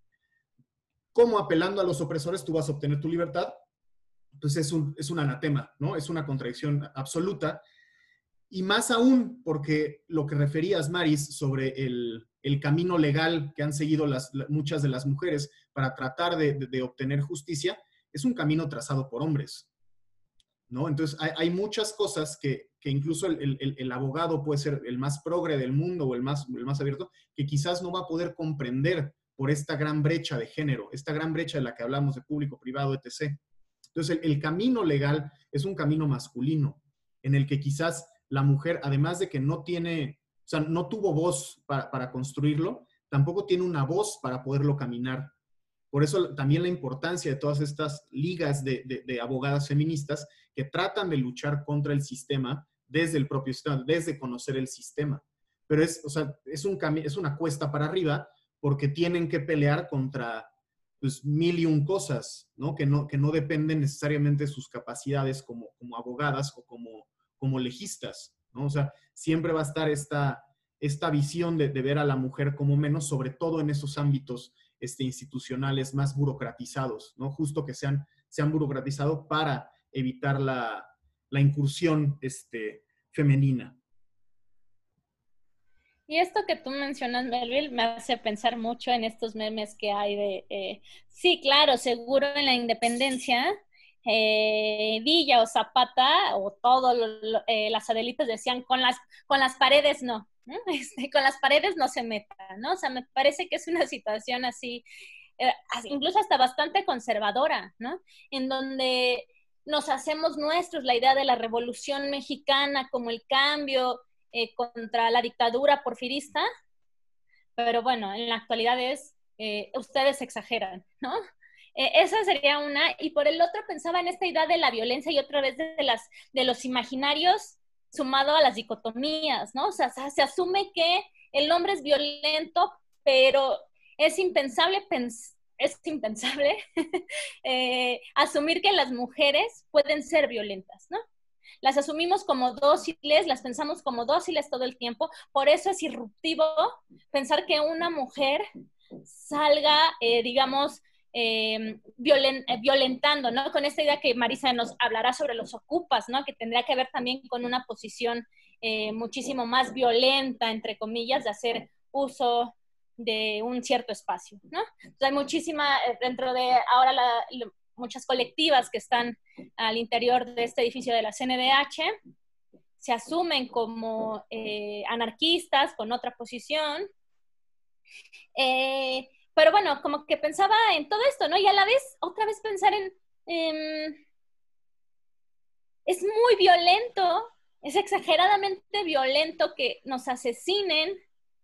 ¿Cómo apelando a los opresores tú vas a obtener tu libertad? Pues es un, es un anatema, ¿no? Es una contradicción absoluta. Y más aún porque lo que referías, Maris, sobre el, el camino legal que han seguido las, muchas de las mujeres para tratar de, de, de obtener justicia, es un camino trazado por hombres, ¿no? Entonces, hay, hay muchas cosas que, que incluso el, el, el abogado puede ser el más progre del mundo o el más, el más abierto, que quizás no va a poder comprender por esta gran brecha de género, esta gran brecha de la que hablamos de público, privado, etcétera. Entonces, el, el camino legal es un camino masculino, en el que quizás la mujer, además de que no tiene, o sea, no tuvo voz para, para construirlo, tampoco tiene una voz para poderlo caminar. Por eso también la importancia de todas estas ligas de, de, de abogadas feministas que tratan de luchar contra el sistema desde el propio sistema, desde conocer el sistema. Pero es, o sea, es, un es una cuesta para arriba porque tienen que pelear contra pues, mil y un cosas, ¿no? Que, no, que no dependen necesariamente de sus capacidades como, como abogadas o como, como legistas, ¿no? O sea, siempre va a estar esta, esta visión de, de ver a la mujer como menos, sobre todo en esos ámbitos este, institucionales más burocratizados, ¿no? Justo que sean, sean burocratizados para evitar la, la incursión este, femenina. Y esto que tú mencionas, Melville, me hace pensar mucho en estos memes que hay de, eh, sí, claro, seguro en la independencia, eh, Villa o Zapata o todas eh, las Adelitas decían, con las, con las paredes no, ¿no? Este, con las paredes no se metan, ¿no? O sea, me parece que es una situación así, eh, incluso hasta bastante conservadora, ¿no? En donde nos hacemos nuestros la idea de la Revolución Mexicana como el cambio Eh, contra la dictadura porfirista, pero bueno, en la actualidad es, eh, ustedes exageran, ¿no? Eh, esa sería una, y por el otro pensaba en esta idea de la violencia y otra vez de, las, de los imaginarios sumado a las dicotomías, ¿no? O sea, se asume que el hombre es violento, pero es impensable pensar, es impensable eh, asumir que las mujeres pueden ser violentas, ¿no? Las asumimos como dóciles, las pensamos como dóciles todo el tiempo, por eso es irruptivo pensar que una mujer salga, eh, digamos, eh, violen, eh, violentando, ¿no? Con esta idea que Marisa nos hablará sobre los ocupas, ¿no? Que tendría que ver también con una posición eh, muchísimo más violenta, entre comillas, de hacer uso de un cierto espacio, ¿no? Entonces hay muchísima, dentro de ahora la, muchas colectivas que están al interior de este edificio de la C N D H, se asumen como eh, anarquistas con otra posición. Eh, pero bueno, como que pensaba en todo esto, ¿no? Y a la vez, otra vez pensar en... Eh, es muy violento, es exageradamente violento que nos asesinen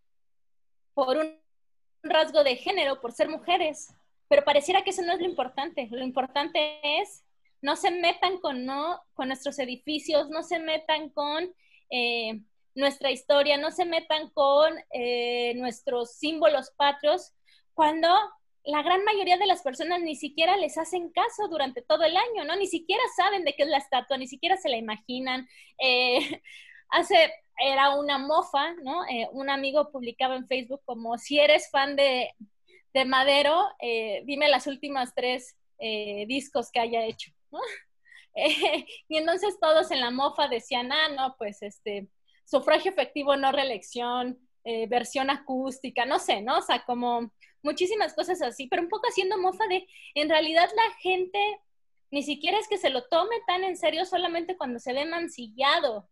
por un rasgo de género, por ser mujeres. Pero pareciera que eso no es lo importante. Lo importante es no se metan con, no, con nuestros edificios, no se metan con eh, nuestra historia, no se metan con eh, nuestros símbolos patrios, cuando la gran mayoría de las personas ni siquiera les hacen caso durante todo el año, ¿no? Ni siquiera saben de qué es la estatua, ni siquiera se la imaginan. Eh, hace, era una mofa, ¿no? Eh, un amigo publicaba en Facebook como, si eres fan de, de Madero, eh, dime las últimas tres eh, discos que haya hecho, ¿no? Eh, y entonces todos en la mofa decían, ah, no, pues este, sufragio efectivo, no reelección, eh, versión acústica, no sé, ¿no? O sea, como muchísimas cosas así, pero un poco haciendo mofa de, en realidad la gente ni siquiera es que se lo tome tan en serio solamente cuando se ve mancillado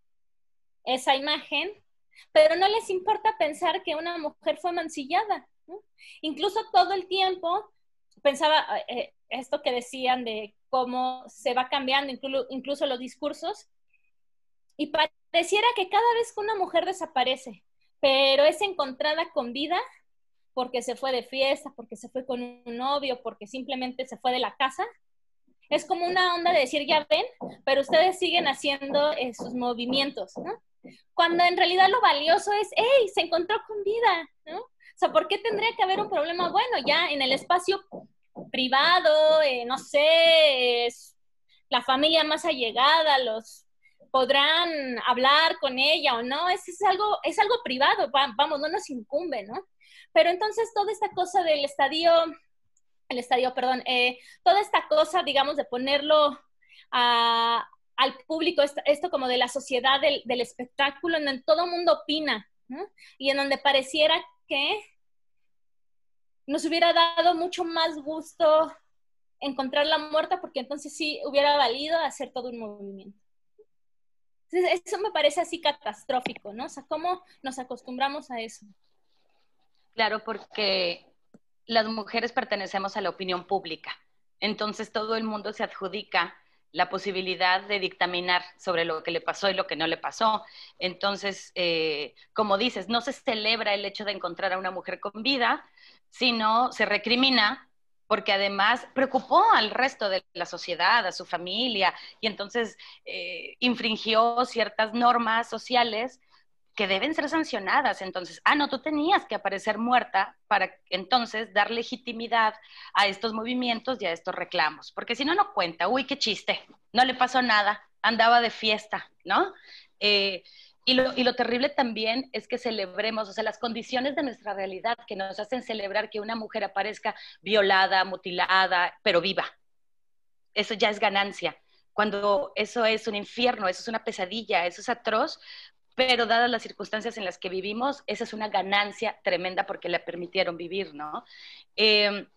esa imagen, pero no les importa pensar que una mujer fue mancillada, ¿no? Incluso todo el tiempo pensaba eh, esto que decían de cómo se va cambiando incluso, incluso los discursos, y pareciera que cada vez que una mujer desaparece, pero es encontrada con vida porque se fue de fiesta, porque se fue con un novio, porque simplemente se fue de la casa, es como una onda de decir, ya ven, pero ustedes siguen haciendo eh, sus movimientos, ¿no? Cuando en realidad lo valioso es, hey, se encontró con vida, ¿no? O sea, ¿por qué tendría que haber un problema? Bueno, ya en el espacio privado, eh, no sé, es la familia más allegada, los podrán hablar con ella o no, es, es, algo, es algo privado, vamos, no nos incumbe, ¿no? Pero entonces toda esta cosa del estadio, el estadio, perdón, eh, toda esta cosa, digamos, de ponerlo a, al público, esto, esto como de la sociedad del, del espectáculo, en donde todo el mundo opina, ¿no? Y en donde pareciera que nos hubiera dado mucho más gusto encontrarla muerta, porque entonces sí hubiera valido hacer todo un movimiento. Entonces, eso me parece así catastrófico, ¿no? O sea, ¿cómo nos acostumbramos a eso? Claro, porque las mujeres pertenecemos a la opinión pública. Entonces todo el mundo se adjudica la posibilidad de dictaminar sobre lo que le pasó y lo que no le pasó. Entonces, eh, como dices, no se celebra el hecho de encontrar a una mujer con vida, sino se recrimina porque además preocupó al resto de la sociedad, a su familia, y entonces eh, infringió ciertas normas sociales que deben ser sancionadas. Entonces, ah, no, tú tenías que aparecer muerta para entonces dar legitimidad a estos movimientos y a estos reclamos, porque si no, no cuenta. Uy, qué chiste, no le pasó nada, andaba de fiesta, ¿no? Eh, y lo, y lo terrible también es que celebremos, o sea, las condiciones de nuestra realidad que nos hacen celebrar que una mujer aparezca violada, mutilada, pero viva. Eso ya es ganancia. Cuando eso es un infierno, eso es una pesadilla, eso es atroz, pero dadas las circunstancias en las que vivimos, esa es una ganancia tremenda porque le permitieron vivir, ¿no? Eh,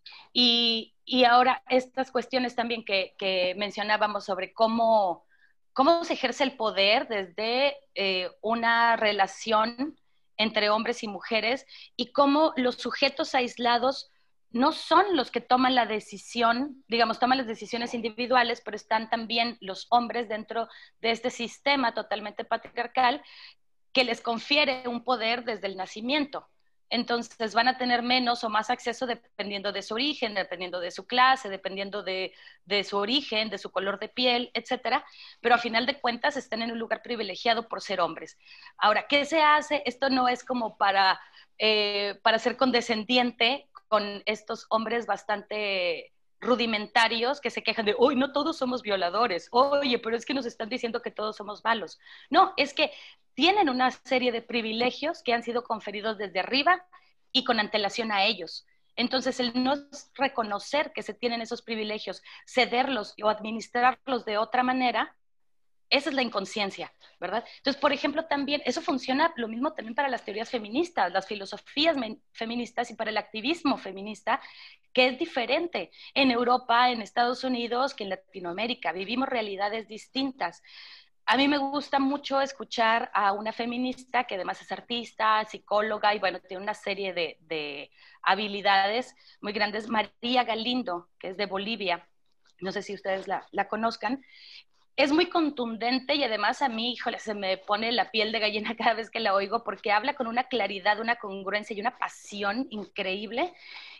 y, y, ahora estas cuestiones también que, que mencionábamos sobre cómo, cómo se ejerce el poder desde eh, una relación entre hombres y mujeres y cómo los sujetos aislados no son los que toman la decisión, digamos, toman las decisiones individuales, pero están también los hombres dentro de este sistema totalmente patriarcal que les confiere un poder desde el nacimiento. Entonces van a tener menos o más acceso dependiendo de su origen, dependiendo de su clase, dependiendo de, de su origen, de su color de piel, etcétera. Pero a final de cuentas están en un lugar privilegiado por ser hombres. Ahora, ¿qué se hace? Esto no es como para, eh, para ser condescendiente con estos hombres bastante rudimentarios que se quejan de, uy, no todos somos violadores, oye, pero es que nos están diciendo que todos somos malos. No, es que tienen una serie de privilegios que han sido conferidos desde arriba y con antelación a ellos. Entonces, el no reconocer que se tienen esos privilegios, cederlos o administrarlos de otra manera, esa es la inconsciencia, ¿verdad? Entonces, por ejemplo, también, eso funciona lo mismo también para las teorías feministas, las filosofías feministas y para el activismo feminista, que es diferente en Europa, en Estados Unidos, que en Latinoamérica. Vivimos realidades distintas. A mí me gusta mucho escuchar a una feminista que además es artista, psicóloga y bueno, tiene una serie de, de habilidades muy grandes, María Galindo, que es de Bolivia. No sé si ustedes la, la conozcan. Es muy contundente y además a mí, híjole, se me pone la piel de gallina cada vez que la oigo porque habla con una claridad, una congruencia y una pasión increíble.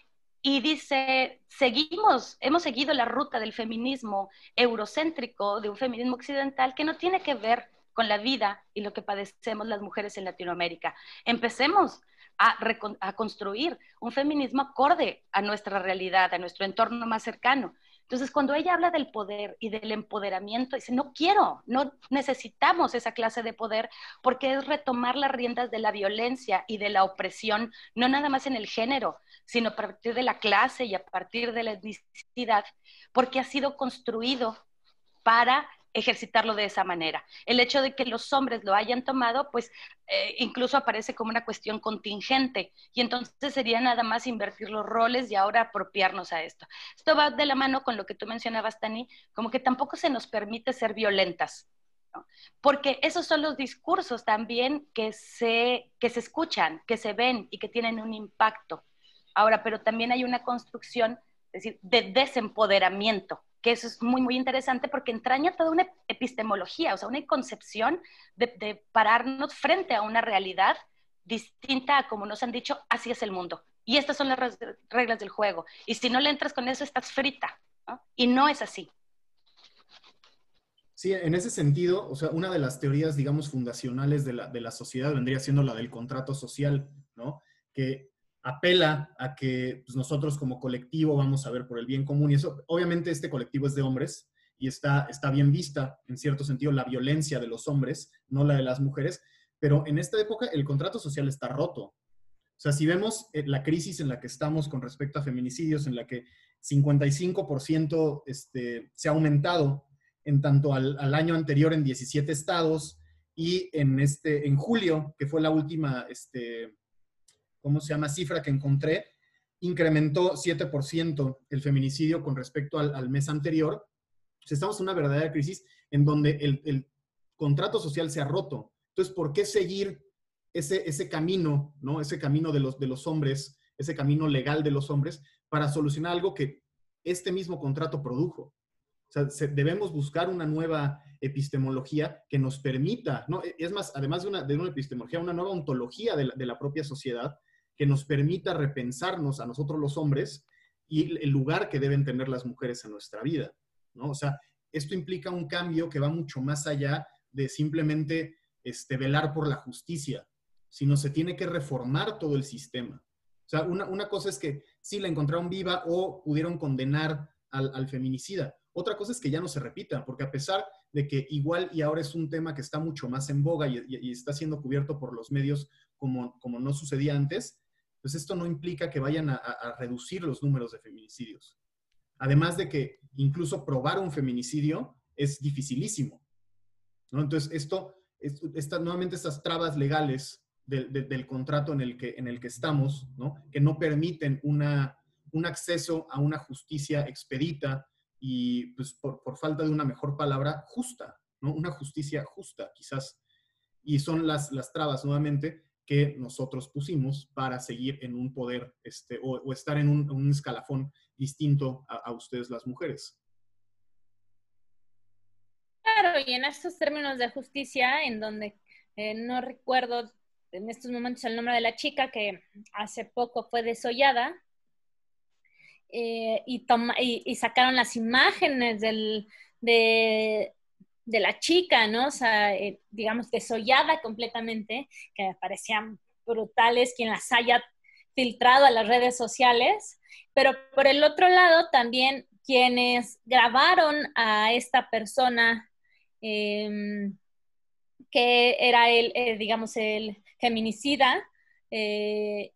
Y dice, seguimos, hemos seguido la ruta del feminismo eurocéntrico, de un feminismo occidental que no tiene que ver con la vida y lo que padecemos las mujeres en Latinoamérica. Empecemos a, a construir un feminismo acorde a nuestra realidad, a nuestro entorno más cercano. Entonces, cuando ella habla del poder y del empoderamiento, dice, no quiero, no necesitamos esa clase de poder porque es retomar las riendas de la violencia y de la opresión, no nada más en el género, sino a partir de la clase y a partir de la etnicidad, porque ha sido construido para ejercitarlo de esa manera. El hecho de que los hombres lo hayan tomado, pues eh, incluso aparece como una cuestión contingente y entonces sería nada más invertir los roles y ahora apropiarnos a esto. Esto va de la mano con lo que tú mencionabas, Tani, como que tampoco se nos permite ser violentas, ¿no? Porque esos son los discursos también que se, que se escuchan, que se ven y que tienen un impacto. Ahora, pero también hay una construcción, es decir, de desempoderamiento, que eso es muy, muy interesante porque entraña toda una epistemología, o sea, una concepción de, de pararnos frente a una realidad distinta a como nos han dicho, así es el mundo. Y estas son las reglas del juego. Y si no le entras con eso, estás frita, ¿no? Y no es así. Sí, en ese sentido, o sea, una de las teorías, digamos, fundacionales de la, de la sociedad vendría siendo la del contrato social, ¿no? Que apela a que pues, nosotros como colectivo vamos a ver por el bien común y eso, obviamente este colectivo es de hombres y está, está bien vista, en cierto sentido, la violencia de los hombres, no la de las mujeres, pero en esta época el contrato social está roto. O sea, si vemos la crisis en la que estamos con respecto a feminicidios, en la que cincuenta y cinco por ciento este, se ha aumentado en tanto al, al año anterior en diecisiete estados y en, este, en julio, que fue la última... Este, ¿cómo se llama? Cifra que encontré, incrementó siete por ciento el feminicidio con respecto al, al mes anterior. Pues estamos en una verdadera crisis en donde el, el contrato social se ha roto. Entonces, ¿por qué seguir ese, ese camino, ¿no? Ese camino de los, de los hombres, ese camino legal de los hombres para solucionar algo que este mismo contrato produjo? O sea, se, debemos buscar una nueva epistemología que nos permita, ¿no? Es más, además de una, de una epistemología, una nueva ontología de la, de la propia sociedad que nos permita repensarnos a nosotros los hombres y el lugar que deben tener las mujeres en nuestra vida, ¿no? O sea, esto implica un cambio que va mucho más allá de simplemente este, velar por la justicia, sino se tiene que reformar todo el sistema. O sea, una, una cosa es que sí la encontraron viva o pudieron condenar al, al feminicida. Otra cosa es que ya no se repita, porque a pesar de que igual y ahora es un tema que está mucho más en boga y, y, y está siendo cubierto por los medios como, como no sucedía antes, pues esto no implica que vayan a, a, a reducir los números de feminicidios. Además de que incluso probar un feminicidio es dificilísimo, ¿no? Entonces, esto, esta, nuevamente estas trabas legales del, del, del contrato en el, que, en el que estamos, ¿no? Que no permiten una, un acceso a una justicia expedita y, pues, por, por falta de una mejor palabra, justa, ¿no? Una justicia justa, quizás. Y son las, las trabas, nuevamente, que nosotros pusimos para seguir en un poder este, o, o estar en un, un escalafón distinto a, a ustedes las mujeres. Claro, y en estos términos de justicia, en donde eh, no recuerdo en estos momentos el nombre de la chica que hace poco fue desollada, eh, y, toma, y, y sacaron las imágenes del, de, de la chica, ¿no? O sea, eh, digamos, desollada completamente, que me parecían brutales quien las haya filtrado a las redes sociales, pero por el otro lado también quienes grabaron a esta persona eh, que era el, eh, digamos, el feminicida, eh,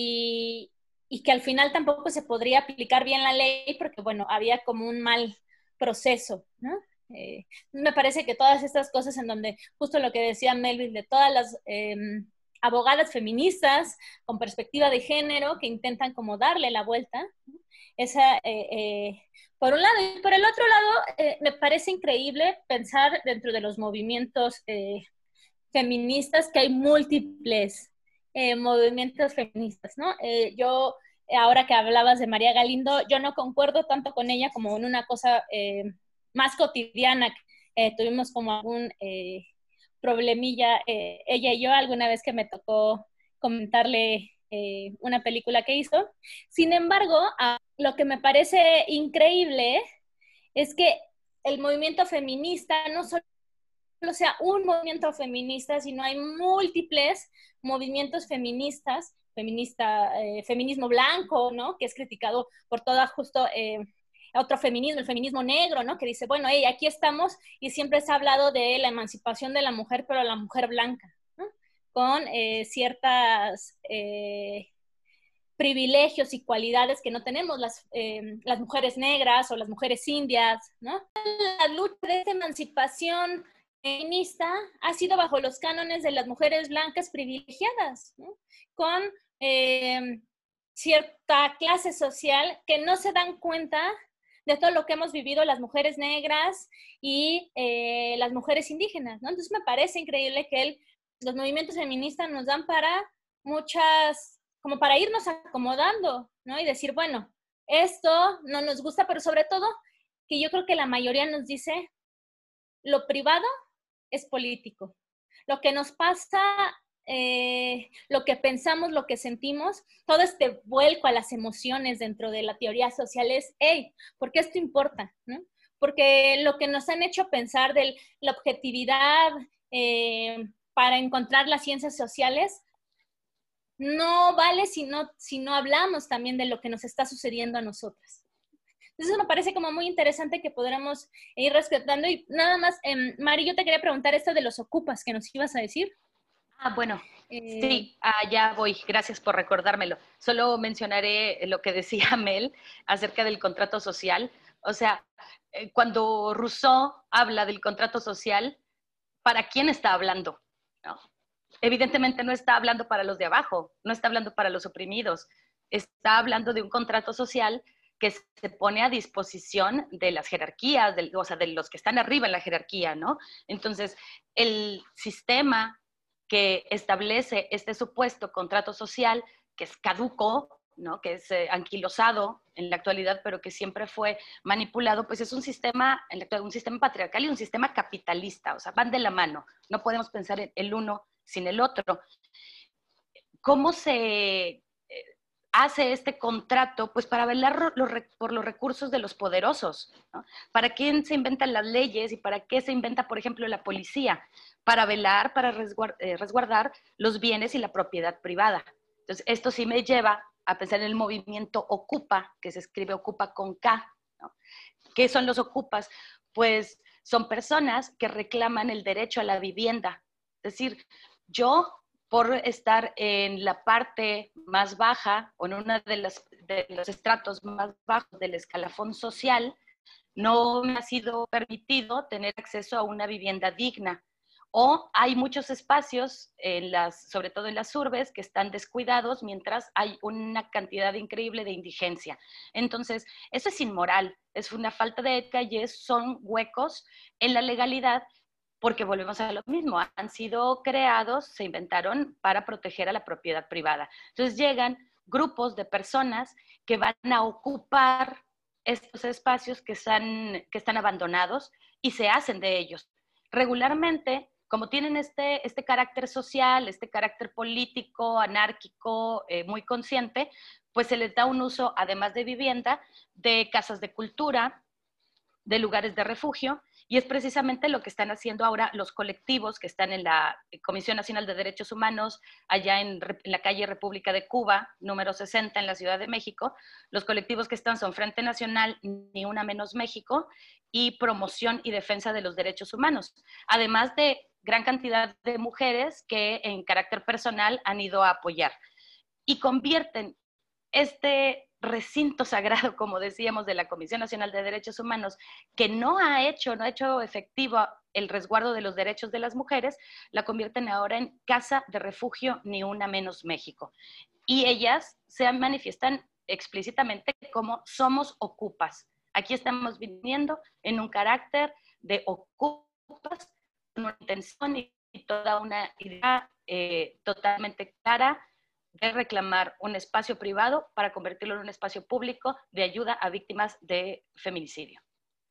y, y que al final tampoco se podría aplicar bien la ley porque, bueno, había como un mal proceso, ¿no? Eh, me parece que todas estas cosas en donde, justo lo que decía Melvin, de todas las eh, abogadas feministas con perspectiva de género que intentan como darle la vuelta, ¿no? Esa, eh, eh, por un lado, y por el otro lado, eh, me parece increíble pensar dentro de los movimientos eh, feministas que hay múltiples eh, movimientos feministas, ¿no? Eh, yo, ahora que hablabas de María Galindo, yo no concuerdo tanto con ella como en una cosa eh, más cotidiana. Eh, tuvimos como algún eh, problemilla, eh, ella y yo, alguna vez que me tocó comentarle eh, una película que hizo. Sin embargo, a, lo que me parece increíble es que el movimiento feminista no solo sea un movimiento feminista, sino hay múltiples movimientos feministas, feminista, eh, feminismo blanco, ¿no? Que es criticado por toda justo eh, otro feminismo, el feminismo negro, ¿no? Que dice, bueno, hey, aquí estamos y siempre se ha hablado de la emancipación de la mujer, pero la mujer blanca, ¿no? Con eh, ciertas eh, privilegios y cualidades que no tenemos las, eh, las mujeres negras o las mujeres indias, ¿no? La lucha de esta emancipación feminista ha sido bajo los cánones de las mujeres blancas privilegiadas, ¿no? Con eh, cierta clase social que no se dan cuenta de todo lo que hemos vivido las mujeres negras y eh, las mujeres indígenas, ¿no? Entonces me parece increíble que el, los movimientos feministas nos dan para muchas, como para irnos acomodando, ¿no? Y decir, bueno, esto no nos gusta, pero sobre todo que yo creo que la mayoría nos dice, lo privado es político. Lo que nos pasa, eh, lo que pensamos, lo que sentimos, todo este vuelco a las emociones dentro de la teoría social es, hey, ¿por qué esto importa? ¿No? Porque lo que nos han hecho pensar de la objetividad eh, para encontrar las ciencias sociales no vale si no, si no hablamos también de lo que nos está sucediendo a nosotras. Entonces me parece como muy interesante que podamos ir rescatando. Y nada más, eh, Mari, yo te quería preguntar esto de los ocupas que nos ibas a decir. Ah, bueno, eh, sí, ah, ya voy, gracias por recordármelo. Solo mencionaré lo que decía Mel acerca del contrato social. O sea, eh, cuando Rousseau habla del contrato social, ¿para quién está hablando? ¿No? Evidentemente no está hablando para los de abajo, no está hablando para los oprimidos, está hablando de un contrato social que se pone a disposición de las jerarquías, de, o sea, de los que están arriba en la jerarquía, ¿no? Entonces, el sistema que establece este supuesto contrato social, que es caduco, ¿no? Que es eh, anquilosado en la actualidad, pero que siempre fue manipulado, pues es un sistema, un sistema patriarcal y un sistema capitalista, o sea, van de la mano, no podemos pensar en el uno sin el otro. ¿Cómo se, hace este contrato pues para velar los, por los recursos de los poderosos, ¿no? ¿Para quién se inventan las leyes y para qué se inventa, por ejemplo, la policía? Para velar, para resguardar, eh, resguardar los bienes y la propiedad privada. Entonces, esto sí me lleva a pensar en el movimiento Ocupa, que se escribe Ocupa con K, ¿no? ¿Qué son los ocupas? Pues son personas que reclaman el derecho a la vivienda. Es decir, yo por estar en la parte más baja o en uno de, las, de los estratos más bajos del escalafón social, no me ha sido permitido tener acceso a una vivienda digna. O hay muchos espacios, en las, sobre todo en las urbes, que están descuidados mientras hay una cantidad increíble de indigencia. Entonces, eso es inmoral, es una falta de ética y es, son huecos en la legalidad, porque volvemos a lo mismo, han sido creados, se inventaron para proteger a la propiedad privada. Entonces llegan grupos de personas que van a ocupar estos espacios que están, que están abandonados y se hacen de ellos. Regularmente, como tienen este, este carácter social, este carácter político, anárquico, eh, muy consciente, pues se les da un uso, además de vivienda, de casas de cultura, de lugares de refugio, y es precisamente lo que están haciendo ahora los colectivos que están en la Comisión Nacional de Derechos Humanos, allá en, en la calle República de Cuba, número sesenta, en la Ciudad de México. Los colectivos que están son Frente Nacional, Ni Una Menos México, y Promoción y Defensa de los Derechos Humanos, además de gran cantidad de mujeres que en carácter personal han ido a apoyar. Y convierten este recinto sagrado, como decíamos, de la Comisión Nacional de Derechos Humanos, que no ha hecho, no ha hecho efectivo el resguardo de los derechos de las mujeres, la convierten ahora en Casa de Refugio Ni Una Menos México. Y ellas se manifiestan explícitamente como somos ocupas. Aquí estamos viniendo en un carácter de ocupas, con una intención y toda una idea eh, totalmente clara de reclamar un espacio privado para convertirlo en un espacio público de ayuda a víctimas de feminicidio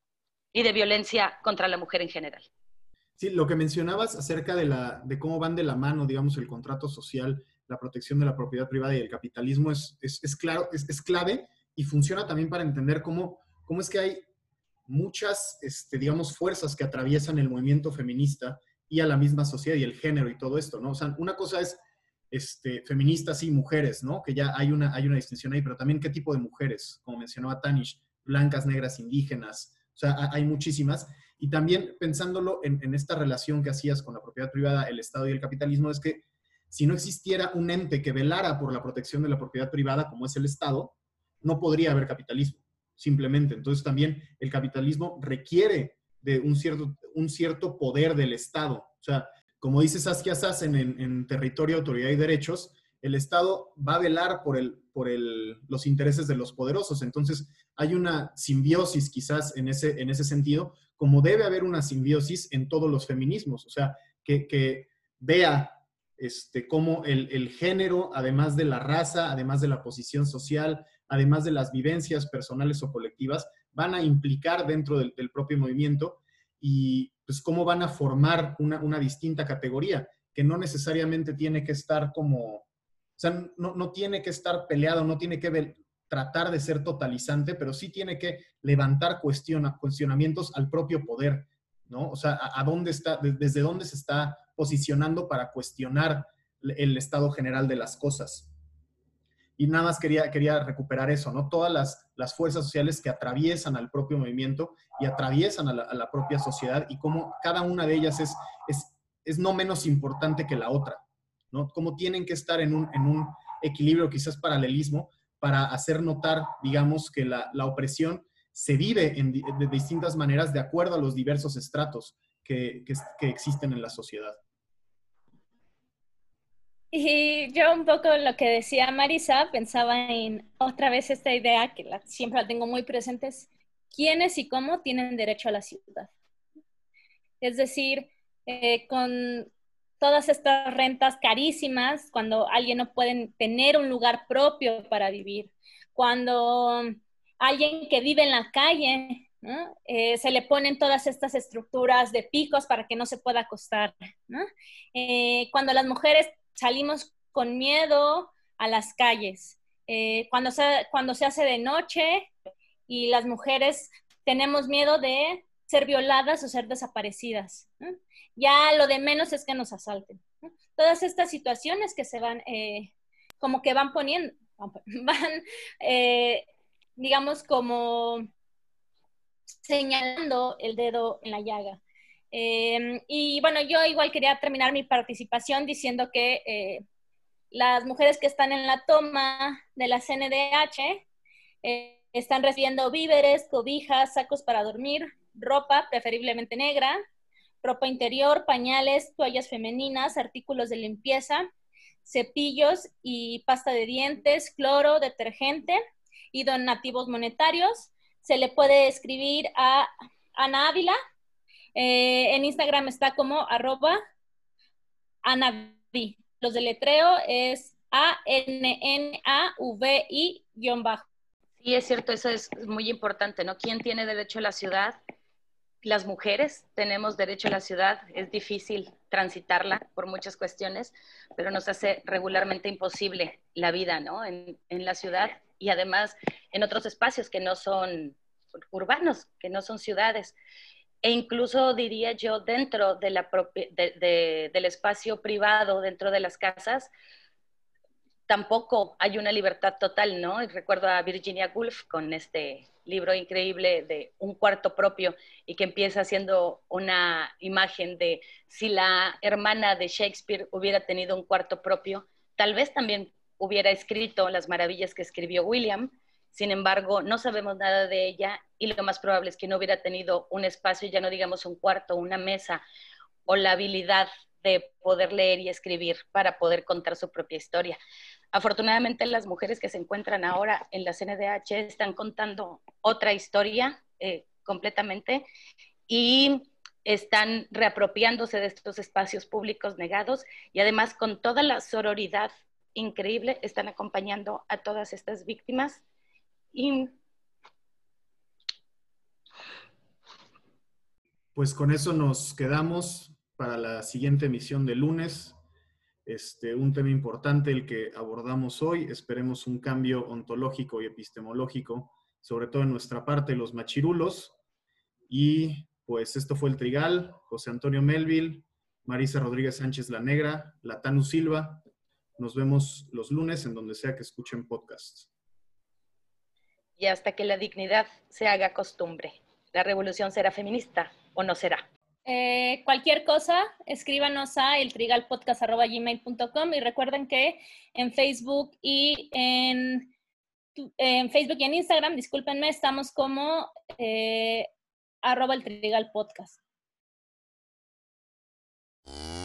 y de violencia contra la mujer en general. Sí, lo que mencionabas acerca de, la, de cómo van de la mano, digamos, el contrato social, la protección de la propiedad privada y el capitalismo es, es, es claro, es, es clave y funciona también para entender cómo, cómo es que hay muchas, este, digamos, fuerzas que atraviesan el movimiento feminista y a la misma sociedad y el género y todo esto, ¿no? O sea, una cosa es Este, feministas y mujeres, ¿no? Que ya hay una, hay una distinción ahí, pero también qué tipo de mujeres, como mencionaba Tanish, blancas, negras, indígenas, o sea, hay muchísimas. Y también pensándolo en, en esta relación que hacías con la propiedad privada, el Estado y el capitalismo, es que si no existiera un ente que velara por la protección de la propiedad privada, como es el Estado, no podría haber capitalismo, simplemente. Entonces también el capitalismo requiere de un cierto, un cierto poder del Estado, o sea, como dice Saskia Sassen en, en Territorio, Autoridad y Derechos, el Estado va a velar por, el, por el, los intereses de los poderosos. Entonces, hay una simbiosis quizás en ese, en ese sentido, como debe haber una simbiosis en todos los feminismos. O sea, que, que vea este, cómo el, el género, además de la raza, además de la posición social, además de las vivencias personales o colectivas, van a implicar dentro del, del propio movimiento y pues cómo van a formar una, una distinta categoría, que no necesariamente tiene que estar como, o sea, no, no tiene que estar peleado, no tiene que ver, tratar de ser totalizante, pero sí tiene que levantar cuestiona, cuestionamientos al propio poder, ¿no? O sea, a, a dónde está, desde dónde se está posicionando para cuestionar el estado general de las cosas. Y nada más quería, quería recuperar eso, ¿no? Todas las, las fuerzas sociales que atraviesan al propio movimiento y atraviesan a la, a la propia sociedad y cómo cada una de ellas es, es, es no menos importante que la otra, ¿no? Cómo tienen que estar en un, en un equilibrio, quizás paralelismo, para hacer notar, digamos, que la, la opresión se vive en, de distintas maneras de acuerdo a los diversos estratos que, que, que existen en la sociedad. Y yo un poco lo que decía Marisa, pensaba en otra vez esta idea que la, siempre la tengo muy presente, es quiénes y cómo tienen derecho a la ciudad. Es decir, eh, con todas estas rentas carísimas, cuando alguien no puede tener un lugar propio para vivir, cuando alguien que vive en la calle, ¿no? Eh, se le ponen todas estas estructuras de picos para que no se pueda acostar, ¿no? Eh, cuando las mujeres salimos con miedo a las calles, eh, cuando, se, cuando se hace de noche y las mujeres tenemos miedo de ser violadas o ser desaparecidas, ¿no? Ya lo de menos es que nos asalten, ¿no? Todas estas situaciones que se van, eh, como que van poniendo, van, eh, digamos, como señalando el dedo en la llaga. Eh, y bueno, yo igual quería terminar mi participación diciendo que eh, las mujeres que están en la toma de la C N D H eh, están recibiendo víveres, cobijas, sacos para dormir, ropa, preferiblemente negra, ropa interior, pañales, toallas femeninas, artículos de limpieza, cepillos y pasta de dientes, cloro, detergente y donativos monetarios. Se le puede escribir a Ana Ávila. Eh, en Instagram está como arroba Anavi. Los deletreo es A N N A V I guión bajo. Sí, es cierto, eso es muy importante, ¿no? ¿Quién tiene derecho a la ciudad? Las mujeres tenemos derecho a la ciudad, es difícil transitarla por muchas cuestiones, pero nos hace regularmente imposible la vida, ¿no? En, en la ciudad y además en otros espacios que no son urbanos, que no son ciudades. E incluso diría yo dentro de la propia, de, de, del espacio privado, dentro de las casas, tampoco hay una libertad total, ¿no? Y recuerdo a Virginia Woolf con este libro increíble de Un cuarto propio y que empieza haciendo una imagen de si la hermana de Shakespeare hubiera tenido un cuarto propio, tal vez también hubiera escrito las maravillas que escribió William. Sin embargo, no sabemos nada de ella y lo más probable es que no hubiera tenido un espacio, ya no digamos un cuarto, una mesa o la habilidad de poder leer y escribir para poder contar su propia historia. Afortunadamente, las mujeres que se encuentran ahora en la C N D H están contando otra historia eh, completamente y están reapropiándose de estos espacios públicos negados y además con toda la sororidad increíble están acompañando a todas estas víctimas. Y pues con eso nos quedamos para la siguiente emisión de lunes. Este, un tema importante el que abordamos hoy. Esperemos un cambio ontológico y epistemológico, sobre todo en nuestra parte, los machirulos. Y pues esto fue El Trigal, José Antonio Melville, Marisa Rodríguez Sánchez La Negra, Latanu Silva. Nos vemos los lunes en donde sea que escuchen podcasts. Y hasta que la dignidad se haga costumbre. ¿La revolución será feminista o no será? Eh, cualquier cosa, escríbanos a eltrigalpodcast arroba gmail punto com y recuerden que en Facebook y en, en Facebook y en Instagram, discúlpenme, estamos como eh, arroba eltrigalpodcast.